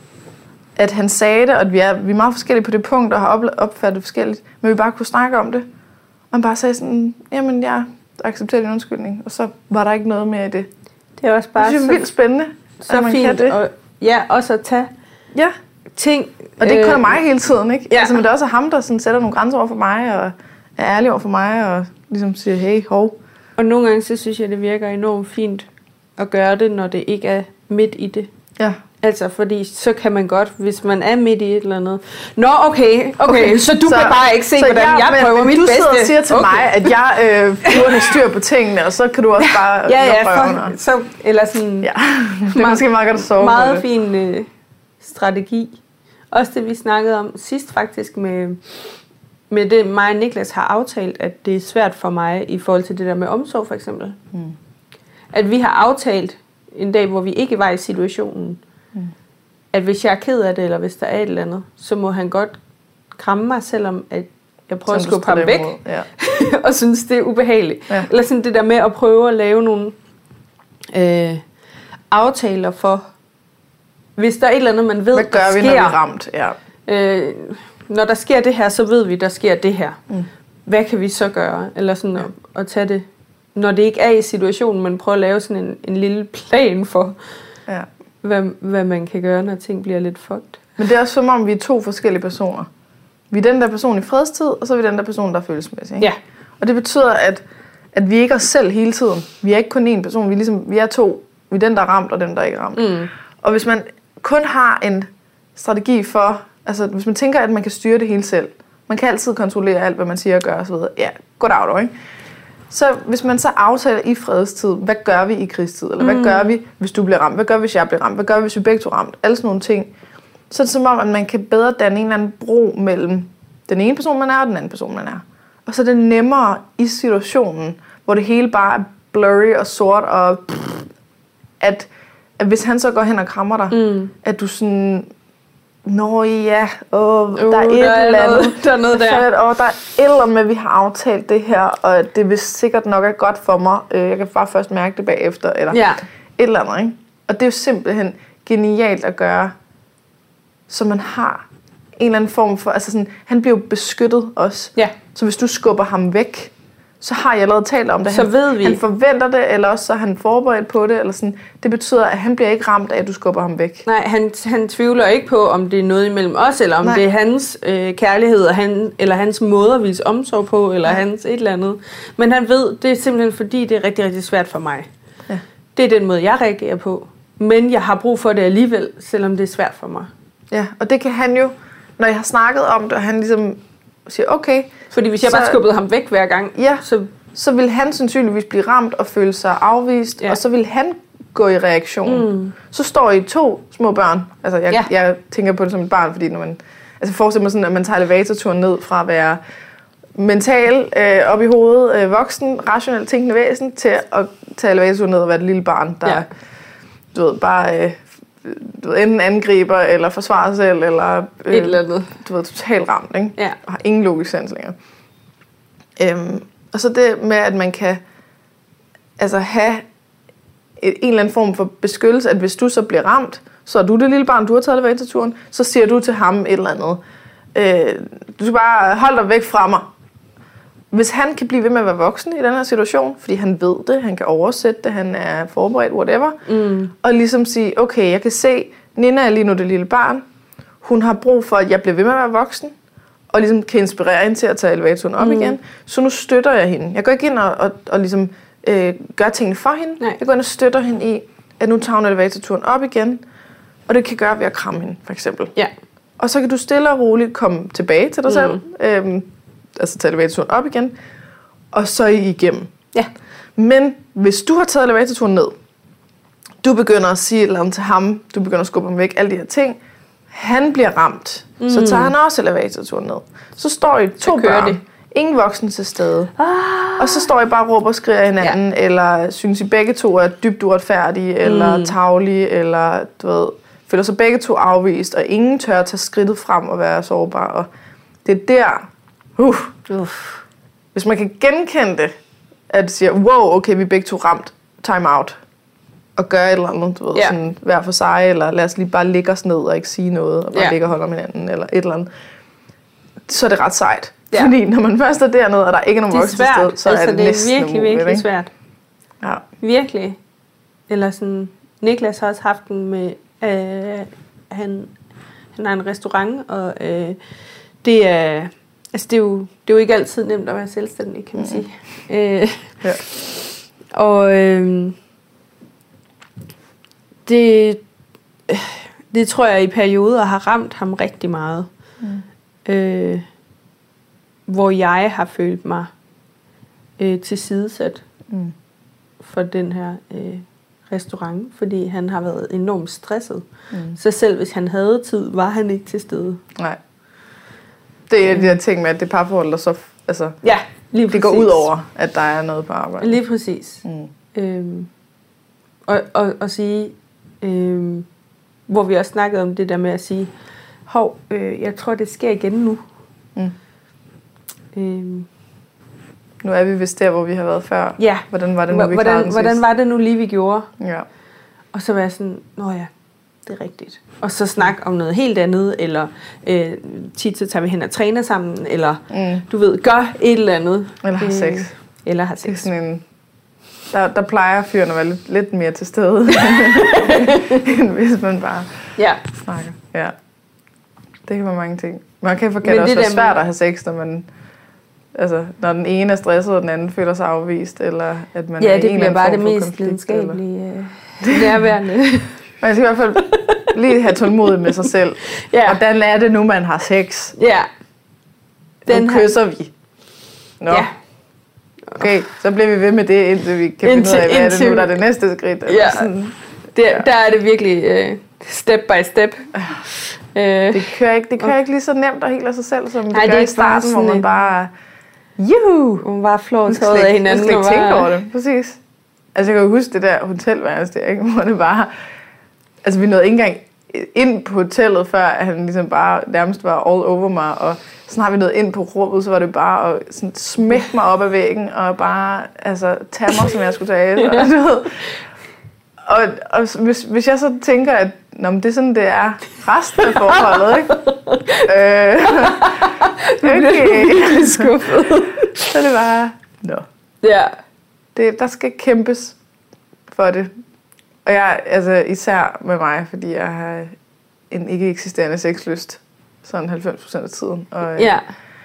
at han sagde det, og at vi er, vi er meget forskellige på det punkt, og har op, opfattet det forskelligt, men vi bare kunne snakke om det. Og han bare sagde sådan, jamen jeg accepterer din undskyldning, og så var der ikke noget mere i det. Det er også bare Det synes jeg er vildt spændende, så at man fint. kan det. Og, ja, også at tage Ja, ting. og det er ikke kun øh, mig hele tiden, ikke? Ja. Altså, men det er også ham, der sådan sætter nogle grænser over for mig, og er ærlig over for mig, og ligesom siger, hey, hov. Og nogle gange, så synes jeg, det virker enormt fint at gøre det, når det ikke er midt i det. Ja. Altså, fordi så kan man godt, hvis man er midt i et eller andet. Nå, okay, okay, okay Okay, så du så- kan bare ikke se, så hvordan jeg, jeg prøver men mit du bedste. sidder og siger til okay. mig, at jeg øh, burde have styr på tingene, og så kan du også bare Ja, ja, lukke røven, og- for, så, eller sådan ja. Det er måske meget godt at sove med meget det. fin øh, strategi. Også det, vi snakkede om sidst faktisk med, med det, mig og Niklas har aftalt, at det er svært for mig i forhold til det der med omsorg for eksempel. Mm. At vi har aftalt en dag, hvor vi ikke var i situationen, Mm. at hvis jeg er ked af det, eller hvis der er et eller andet, så må han godt kramme mig, selvom at jeg prøver Som at du skubbe ham stritter væk, imod. Ja. og synes, det er ubehageligt. Ja. Eller sådan det der med at prøve at lave nogle øh, aftaler for, hvis der er et eller andet, man ved, Hvad gør der vi, sker. når vi er ramt? Ja. Øh, når der sker det her, så ved vi, der sker det her. Mm. Hvad kan vi så gøre? Eller sådan Ja. at, at tage det, når det ikke er i situationen, men prøve at lave sådan en, en lille plan for, Ja. hvad, hvad man kan gøre, når ting bliver lidt fucked. Men det er også som om, vi er to forskellige personer. Vi er den der person i fredstid, og så er vi den der person, der er følelsesmæssig. Ikke? Ja. Og det betyder, at, at vi ikke er os selv hele tiden. Vi er ikke kun én person. Vi er, ligesom, vi er to. Vi er den, der er ramt, og den, der ikke er ramt. Mm. Og hvis man kun har en strategi for, altså hvis man tænker, at man kan styre det hele selv, man kan altid kontrollere alt, hvad man siger og gør osv. Ja, godt af dog, ikke? Så hvis man så aftaler i fredstid, hvad gør vi i krigstid? Eller hvad Mm. gør vi, hvis du bliver ramt? Hvad gør vi, hvis jeg bliver ramt? Hvad gør vi, hvis vi begge to er ramt? Alle sådan nogle ting. Så er det som om, at man kan bedre danne en eller anden bro mellem den ene person, man er, og den anden person, man er. Og så er det nemmere i situationen, hvor det hele bare er blurry og sort, og pff, at, at hvis han så går hen og krammer dig, Mm. at du sådan, nå ja, åh, Uh, der er et der er eller andet. noget- der er noget der. Jeg føler, åh, der er et eller andet med, at vi har aftalt det her, og det vil sikkert nok er godt for mig. Øh, Jeg kan bare først mærke det bagefter, eller Ja. et eller andet, ikke? Og det er jo simpelthen genialt at gøre, så man har en eller anden form for, altså sådan, han bliver jo beskyttet også. Ja. Så hvis du skubber ham væk, så har jeg allerede talt om det. Så han, ved vi. Han forventer det, eller også så er han forberedt på det. Eller sådan. Det betyder, at han bliver ikke ramt af, at du skubber ham væk. Nej, han, han tvivler ikke på, om det er noget imellem os, eller om Nej. det er hans øh, kærlighed, og han, eller hans måde at vise omsorg på, eller Ja. hans et eller andet. Men han ved, det er simpelthen fordi, det er rigtig, rigtig svært for mig. Ja. Det er den måde, jeg reagerer på. Men jeg har brug for det alligevel, selvom det er svært for mig. Ja, og det kan han jo, når jeg har snakket om det, og han ligesom siger, okay, Fordi hvis jeg Så- bare skubbede ham væk hver gang, ja, så så vil han sandsynligvis blive ramt og føle sig afvist, Ja. og så vil han gå i reaktion. Mm. Så står I to små børn. Altså, jeg, Ja. jeg tænker på det som et barn, fordi når man... Altså, forestil mig sådan, at man tager elevatorturen ned fra at være mental, øh, op i hovedet, øh, voksen, rationelt tænkende væsen, til at tage elevatorturen ned og være et lille barn, der, Ja. du ved, bare... Øh, du ved, enten angriber, eller forsvarer sig selv, eller... Øh, et eller andet. du ved, totalt ramt, ikke? Ja. Og har ingen logisk sans længere. Øhm, og så det med, at man kan altså have et, en eller anden form for beskyttelse, at hvis du så bliver ramt, så er du det lille barn, du har taget elevatorturen, så siger du til ham et eller andet. Øh, du skal bare holde dig væk fra mig. Hvis han kan blive ved med at være voksen i den her situation, fordi han ved det, han kan oversætte det, han er forberedt, whatever, Mm. og ligesom sige, okay, jeg kan se, Nina er lige nu det lille barn, hun har brug for, at jeg bliver ved med at være voksen, og ligesom kan inspirere hende til at tage elevatoren op Mm. igen, så nu støtter jeg hende. Jeg går ikke ind og, og, og ligesom øh, gør tingene for hende, Nej. jeg går ind og støtter hende i, at nu tager hun elevatorturen op igen, og det kan gøre ved at kramme hende, for eksempel. Ja. Og så kan du stille og roligt komme tilbage til dig Mm. selv, øhm, altså tage elevatoren op igen, og så igennem. Ja. Men hvis du har taget elevatorturen ned, du begynder at sige et eller andet til ham, du begynder at skubbe ham væk, alle de her ting, han bliver ramt, mm. så tager han også elevatorturen ned. Så står I to Så kører børn, det. ingen voksen til stede. Ah. Og så står I bare og råber og skriger hinanden, ja. Eller synes I begge to er dybt uretfærdige, eller mm. tarvelige, eller du ved, føler sig begge to afvist, og ingen tør at tage skridtet frem og være sårbar. Og det er der, uh, uh. hvis man kan genkende det, at det siger, wow, okay, vi er begge to ramt, time out, og gøre et eller andet, du ved, ja. Sådan hver for sig, eller lad os lige bare ligge os ned og ikke sige noget, og bare ja. Ligge og holde om hinanden, eller et eller andet. Så er det ret sejt. Ja. Fordi når man først er dernede, og der ikke er nogen voksne sted, så altså, er det, det næsten virkelig, umuligt, virkelig ikke? svært. Ja. Virkelig. Eller sådan, Niklas har også haft den med, øh, han, han har en restaurant, og øh, det er, altså det er, jo, det er jo ikke altid nemt at være selvstændig, kan man sige. Mm. Øh, ja. Og øh, det, det tror jeg i perioder har ramt ham rigtig meget. Mm. Øh, hvor jeg har følt mig øh, tilsidesat mm. for den her øh, restaurant, fordi han har været enormt stresset. Mm. Så selv hvis han havde tid, var han ikke til stede. Nej. Det er de her ting med, at det parforhold, der så altså, ja, lige det går ud over, at der er noget på arbejde. Lige præcis. Mm. Øhm, og, og, og sige, øhm, hvor vi også snakkede om det der med at sige, hov, øh, jeg tror, det sker igen nu. Mm. Øhm. Nu er vi vist der, hvor vi har været før. Ja. Hvordan var det nu, vi hvordan, klarede hvordan var det nu lige, vi gjorde? Ja. Og så var jeg sådan, nå ja, det er rigtigt. Og så snak om noget helt andet, eller øh, tit så tager vi hen og træner sammen, eller mm. du ved, gør et eller andet. Eller har sex. Øh, eller har sex. Sådan en, der, der plejer fyren at være lidt, lidt mere til stede, end hvis man bare ja. Snakker. Ja. Det kan være mange ting. Man kan forkert også være svært at have sex, når man altså, når den ene er stresset, og den anden føler sig afvist, eller at man ja, er det en bliver bare det mest konflikt, lidenskabelige øh, nærværende. Man skal i hvert fald lige have tålmodighed med sig selv. Ja. Og hvordan er det nu, man har sex? Ja. Den nu kysser vi. Nå. Ja. Okay, så bliver vi ved med det, indtil vi kan indtil, finde ud af, hvad er det nu, der er det næste skridt. Eller ja. Sådan. Det, ja. Der er det virkelig uh, step by step. Uh, det kører ikke, det kører og, ikke lige så nemt og helt af sig selv, som det nej, gør det i starten, hvor man bare... Juhu! Hvor man bare flår tøjet af hinanden. Jeg skal ikke tænke over det, præcis. Altså jeg kan jo huske det der hotelværelse der, ikke? Hvor det bare... Altså vi nåede ikke engang ind på hotellet, før han ligesom bare nærmest var all over mig, og så har vi nået ind på rummet, så var det bare at sådan smække mig op ad væggen, og bare altså, tage mig, som jeg skulle tage. Og, du ved. og, og hvis, hvis jeg så tænker, at nå, men det er sådan, det er resten af forholdet, ikke? øh, okay. Lidt skuffet. Så er det bare, nå. Ja. Det, der skal kæmpes for det. Og jeg, altså især med mig, fordi jeg har en ikke eksisterende sexlyst, sådan halvfems procent af tiden. Og, ja.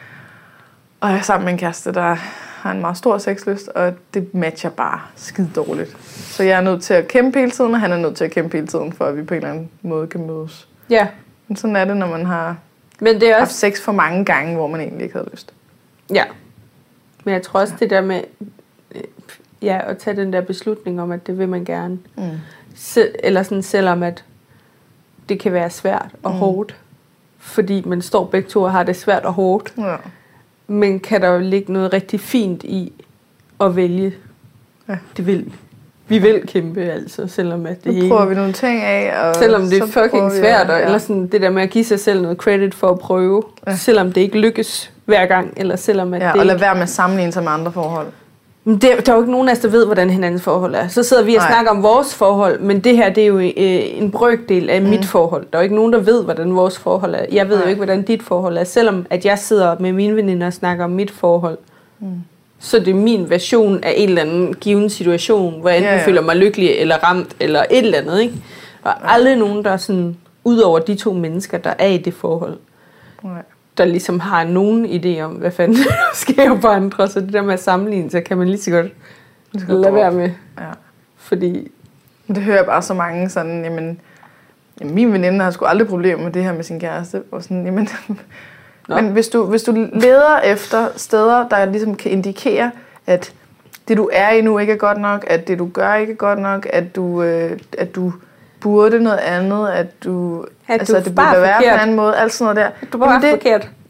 og jeg er sammen med en kæreste, der har en meget stor sexlyst, og det matcher bare skide dårligt. Så jeg er nødt til at kæmpe hele tiden, og han er nødt til at kæmpe hele tiden, for at vi på en eller anden måde kan mødes. Ja. Men sådan er det, når man har Men det er også... haft sex for mange gange, hvor man egentlig ikke havde lyst. Ja. Men jeg tror også det der med... Ja, at tage den der beslutning om, at det vil man gerne. Mm. Se, eller sådan, selvom at det kan være svært og mm. hårdt. Fordi man står begge to og har det svært og hårdt. Ja. Men kan der jo ligge noget rigtig fint i at vælge. Ja. Det vil vi. Vi vil kæmpe, altså, selvom at det nu prøver vi nogle ting af. Og selvom det er fucking svært, vi, ja. Eller sådan det der med at give sig selv noget credit for at prøve. Ja. Selvom det ikke lykkes hver gang. Eller selvom at ja, det og lade ikke... være med at sammenligne sig med andre forhold. Det, der er jo ikke nogen af os, der ved, hvordan hinandens forhold er. Så sidder vi og Nej. snakker om vores forhold, men det her, det er jo øh, en brøkdel af mm. mit forhold. Der er jo ikke nogen, der ved, hvordan vores forhold er. Jeg ved Nej. jo ikke, hvordan dit forhold er. Selvom at jeg sidder med mine veninder og snakker om mit forhold, mm. så det er min version af en eller anden given situation, hvor jeg enten ja, ja. føler mig lykkelig eller ramt, eller et eller andet, ikke? Og ja. aldrig nogen, der er sådan, ud over de to mennesker, der er i det forhold. Nej. Der ligesom har nogen idé om, hvad fanden sker jo på andre, så det der med at sammenligne, så kan man lige så godt lade være med. Ja. Fordi... Det hører jeg bare så mange sådan, jamen, jamen min veninde har sgu aldrig problemer med det her med sin kæreste, og sådan, jamen, men hvis du, hvis du leder efter steder, der ligesom kan indikere, at det du er i nu ikke er godt nok, at det du gør ikke er godt nok, at du, øh, at du burde noget andet, at du, at altså du at det burde være på en anden måde, alt sådan noget der. Du bare det, forkert.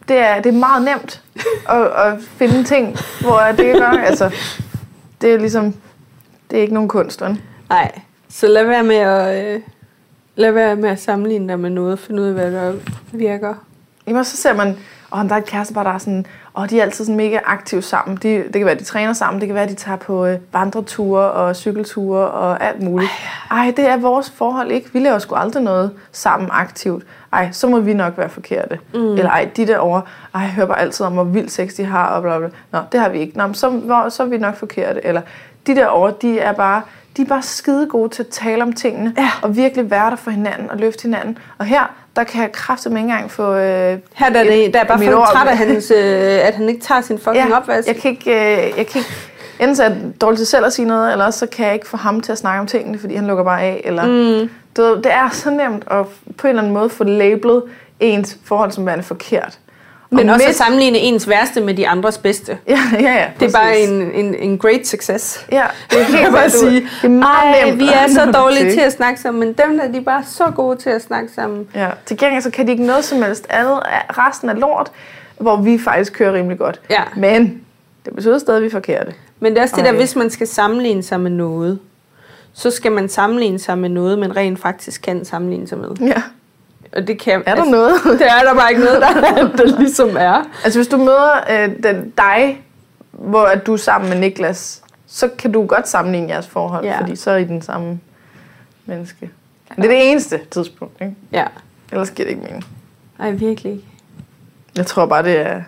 det er, det er meget nemt at, at finde ting, hvor det gør. Altså, det er ligesom, det er ikke nogen kunst, vel? Nej, så lad være med at, øh, lad være med at sammenligne dig med noget, finde ud af, hvad der virker. Jamen, så ser man, og der er et kærestepar, der er sådan, og de er altid sådan mega aktive sammen. De, det kan være, de træner sammen, det kan være, de tager på øh, vandreture og cykelture og alt muligt. Ej, det er vores forhold ikke. Vi laver sgu aldrig noget sammen aktivt. Ej, så må vi nok være forkerte. Mm. Eller ej, de derovre, ej, jeg hører bare altid om, hvor vild sex de har, og bla bla. Nå, det har vi ikke. Nå, men så, hvor, så er vi nok forkerte. Eller de derovre, de er bare, de er bare skide gode til at tale om tingene, ja. Og virkelig være der for hinanden og løfte hinanden. Og her, der kan jeg kraftigt ikke engang få... Øh, her der er, det, der er bare folk træt af, hans, øh, at han ikke tager sin fucking ja, opvask. Jeg kan ikke... Øh, jeg kan ikke enten så er jeg dårlig til selv at sige noget, eller også så kan jeg ikke få ham til at snakke om tingene, fordi han lukker bare af. Eller, mm. du ved, det er så nemt at på en eller anden måde få labelet ens forhold som værende forkert. Men og også midt... at sammenligne ens værste med de andres bedste. Ja, ja, ja. Det er bare en, en, en great success. Ja, det kan jeg bare sige. Det er meget Ej, nemt. Vi er så dårlige til at snakke sammen, men dem der, de er bare så gode til at snakke sammen. Ja, til gengæld så kan de ikke noget som helst andet. Resten er lort, hvor vi faktisk kører rimelig godt. Ja. Men det betyder stadig, at vi er forkerte. Men det er også det Ej. der, hvis man skal sammenligne sig med noget, så skal man sammenligne sig med noget, man rent faktisk kan sammenligne sig med. Ja. Og det kan, er der altså, noget? Det er der bare ikke noget, der, der ligesom er. Altså hvis du møder øh, den, dig, hvor at du er sammen med Niklas, så kan du godt sammenligne jeres forhold, ja. Fordi så er I den samme menneske. Ja. Det er det eneste tidspunkt, ikke? Ja. Ellers giver det ikke mening. Nej, virkelig ikke. Jeg tror bare, det er,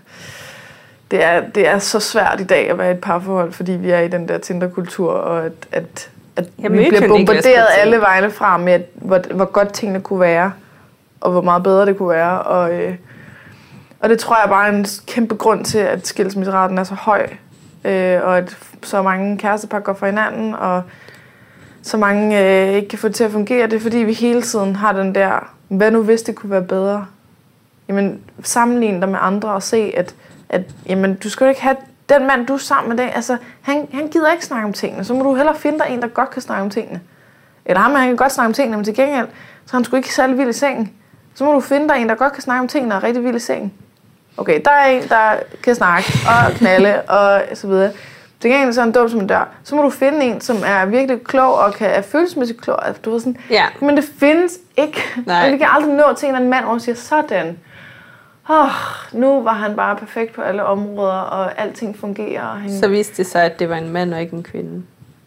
det er, det er så svært i dag at være i et parforhold, fordi vi er i den der Tinder-kultur, og at, at, at vi bliver bombarderet alle vegne fra med, at, hvor, hvor godt tingene kunne være, og hvor meget bedre det kunne være. Og, øh, og det tror jeg bare er en kæmpe grund til, at skilsmisseraten er så høj, øh, og at så mange kærestepar går fra hinanden, og så mange øh, ikke kan få det til at fungere. Det er fordi, vi hele tiden har den der, hvad nu hvis det kunne være bedre? Jamen, sammenligne dig med andre og se, at, at jamen, du skal jo ikke have den mand, du er sammen med, det, altså, han, han gider ikke snakke om tingene. Så må du hellere finde dig en, der godt kan snakke om tingene. Eller ham, han kan godt snakke om tingene, men til gengæld, så er han sgu ikke særlig vild i sengen. Så må du finde dig en, der godt kan snakke om tingene og er rigtig vild i sengen. Okay, der er en, der kan snakke og knalde og så videre. Til gengæld så er han dum som en dør. Så må du finde en, som er virkelig klog og kan, er følelsesmæssigt klog. Du ved sådan, ja. Men det findes ikke. Nej. Vi kan aldrig nå til en eller anden mand, hvor man siger sådan. Oh, nu var han bare perfekt på alle områder, og alting fungerer. Og han... Så viste det sig, at det var en mand og ikke en kvinde.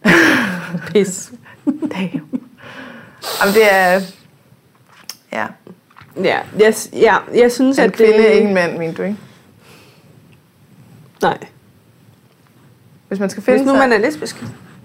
Pis. Damn. Jamen det er... Ja. Ja, jeg, ja, jeg synes, en at kvinde det... er ikke en mand, mener du ikke? Nej. Hvis man skal finde Hvis nu sig... man er lesbisk,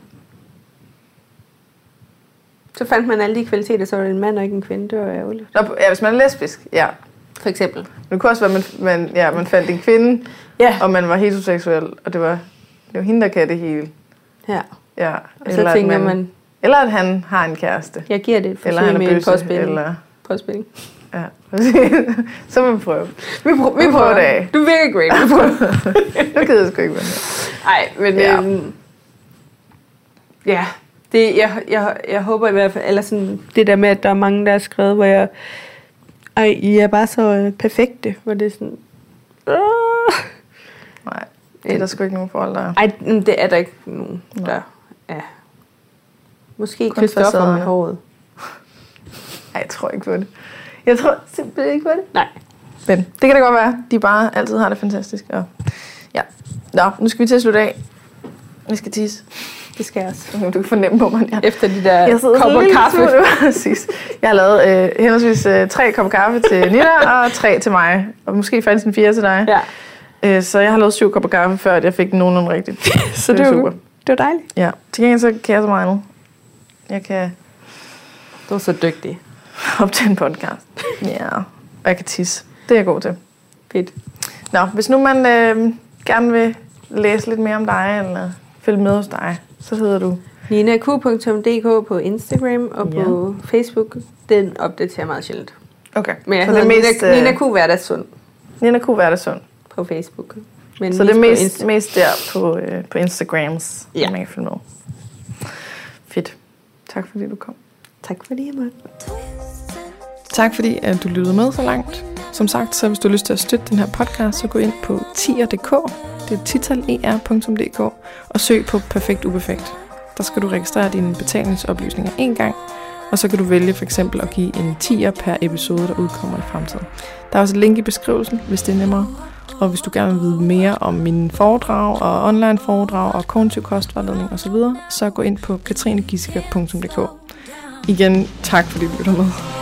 så fandt man alle de kvaliteter, så var det en mand og ikke en kvinde. Det var ærgerligt. Nå, ja, hvis man er lesbisk, ja. For eksempel. Men det kunne også være, at man, man, ja, man fandt en kvinde, ja. Og man var heteroseksuel, og det var, det var hende, der kan det hele. Ja. Ja. Og så tænker man, man... Eller at han har en kæreste. Jeg giver det et forsøg eller han er med bøsse, en påspilling. Eller... Påspilling. Ja, så må vi prøve. Vi, prøver, vi prøver det af. Du virker great. Vi prøver. Nu gider jeg sgu ikke være med. Nej, men... Ja. Øhm, ja. Det, jeg, jeg, jeg håber i hvert fald... Eller sådan, det der med, at der er mange, der har skrevet, hvor jeg... Ej, I er bare så øh, perfekte. Hvor det er sådan... Øh. Nej, det er der sgu ikke nogen forhold, der er. Ej, det er der ikke nogen, der er. Måske Christoffer med håret. Nej, jeg tror ikke på det. Jeg tror simpelthen ikke på det. Nej. Men det kan da godt være, de bare altid har det fantastisk. Og ja. Nå, nu skal vi til at slutte af. Vi skal tisse. Det skal jeg også. Du kan fornemme på mig. Ja. Efter de der kopper kaffe. Præcis. Jeg har lavet øh, henholdsvis øh, tre kopper kaffe til Nina og tre til mig. Og måske faktisk en fire til dig. Ja. Øh, så jeg har lavet syv kopper kaffe, før at jeg fik den nogenlunde rigtigt. Så det, det var super. Det var dejligt. Ja. Til gengæld så kan jeg så meget nu. Jeg kan... Du er så dygtig. Op til en podcast. Ja. Og jeg kan tisse. Det er jeg god til. Fedt. Nå, hvis nu man øh, gerne vil læse lidt mere om dig, eller følge med hos dig, så hedder du nina q punktum d k på Instagram og ja. På Facebook. Den opdaterer meget sjældent. Okay. Men jeg så hedder det mest, Nina, Nina Q Hverdagssund. Nina Q Hverdagssund. På Facebook. Men så det er mest, mest der på, øh, på Instagrams, ja. Man kan følge med. Fedt. Tak fordi du kom. Tak fordi jeg måtte. Tak fordi at du lyttede med så langt. Som sagt, så hvis du har lyst til at støtte den her podcast, så gå ind på tier punktum d k, det er titaler punktum d k, og søg på Perfekt Uperfekt. Der skal du registrere dine betalingsoplysninger en gang, og så kan du vælge for eksempel at give en tier per episode, der udkommer i fremtiden. Der er også et link i beskrivelsen, hvis det er nemmere. Og hvis du gerne vil vide mere om mine foredrag og online foredrag og kognitiv kostvejledning osv., så gå ind på katrinegissiker punktum d k. Igen, tak fordi du lytter med.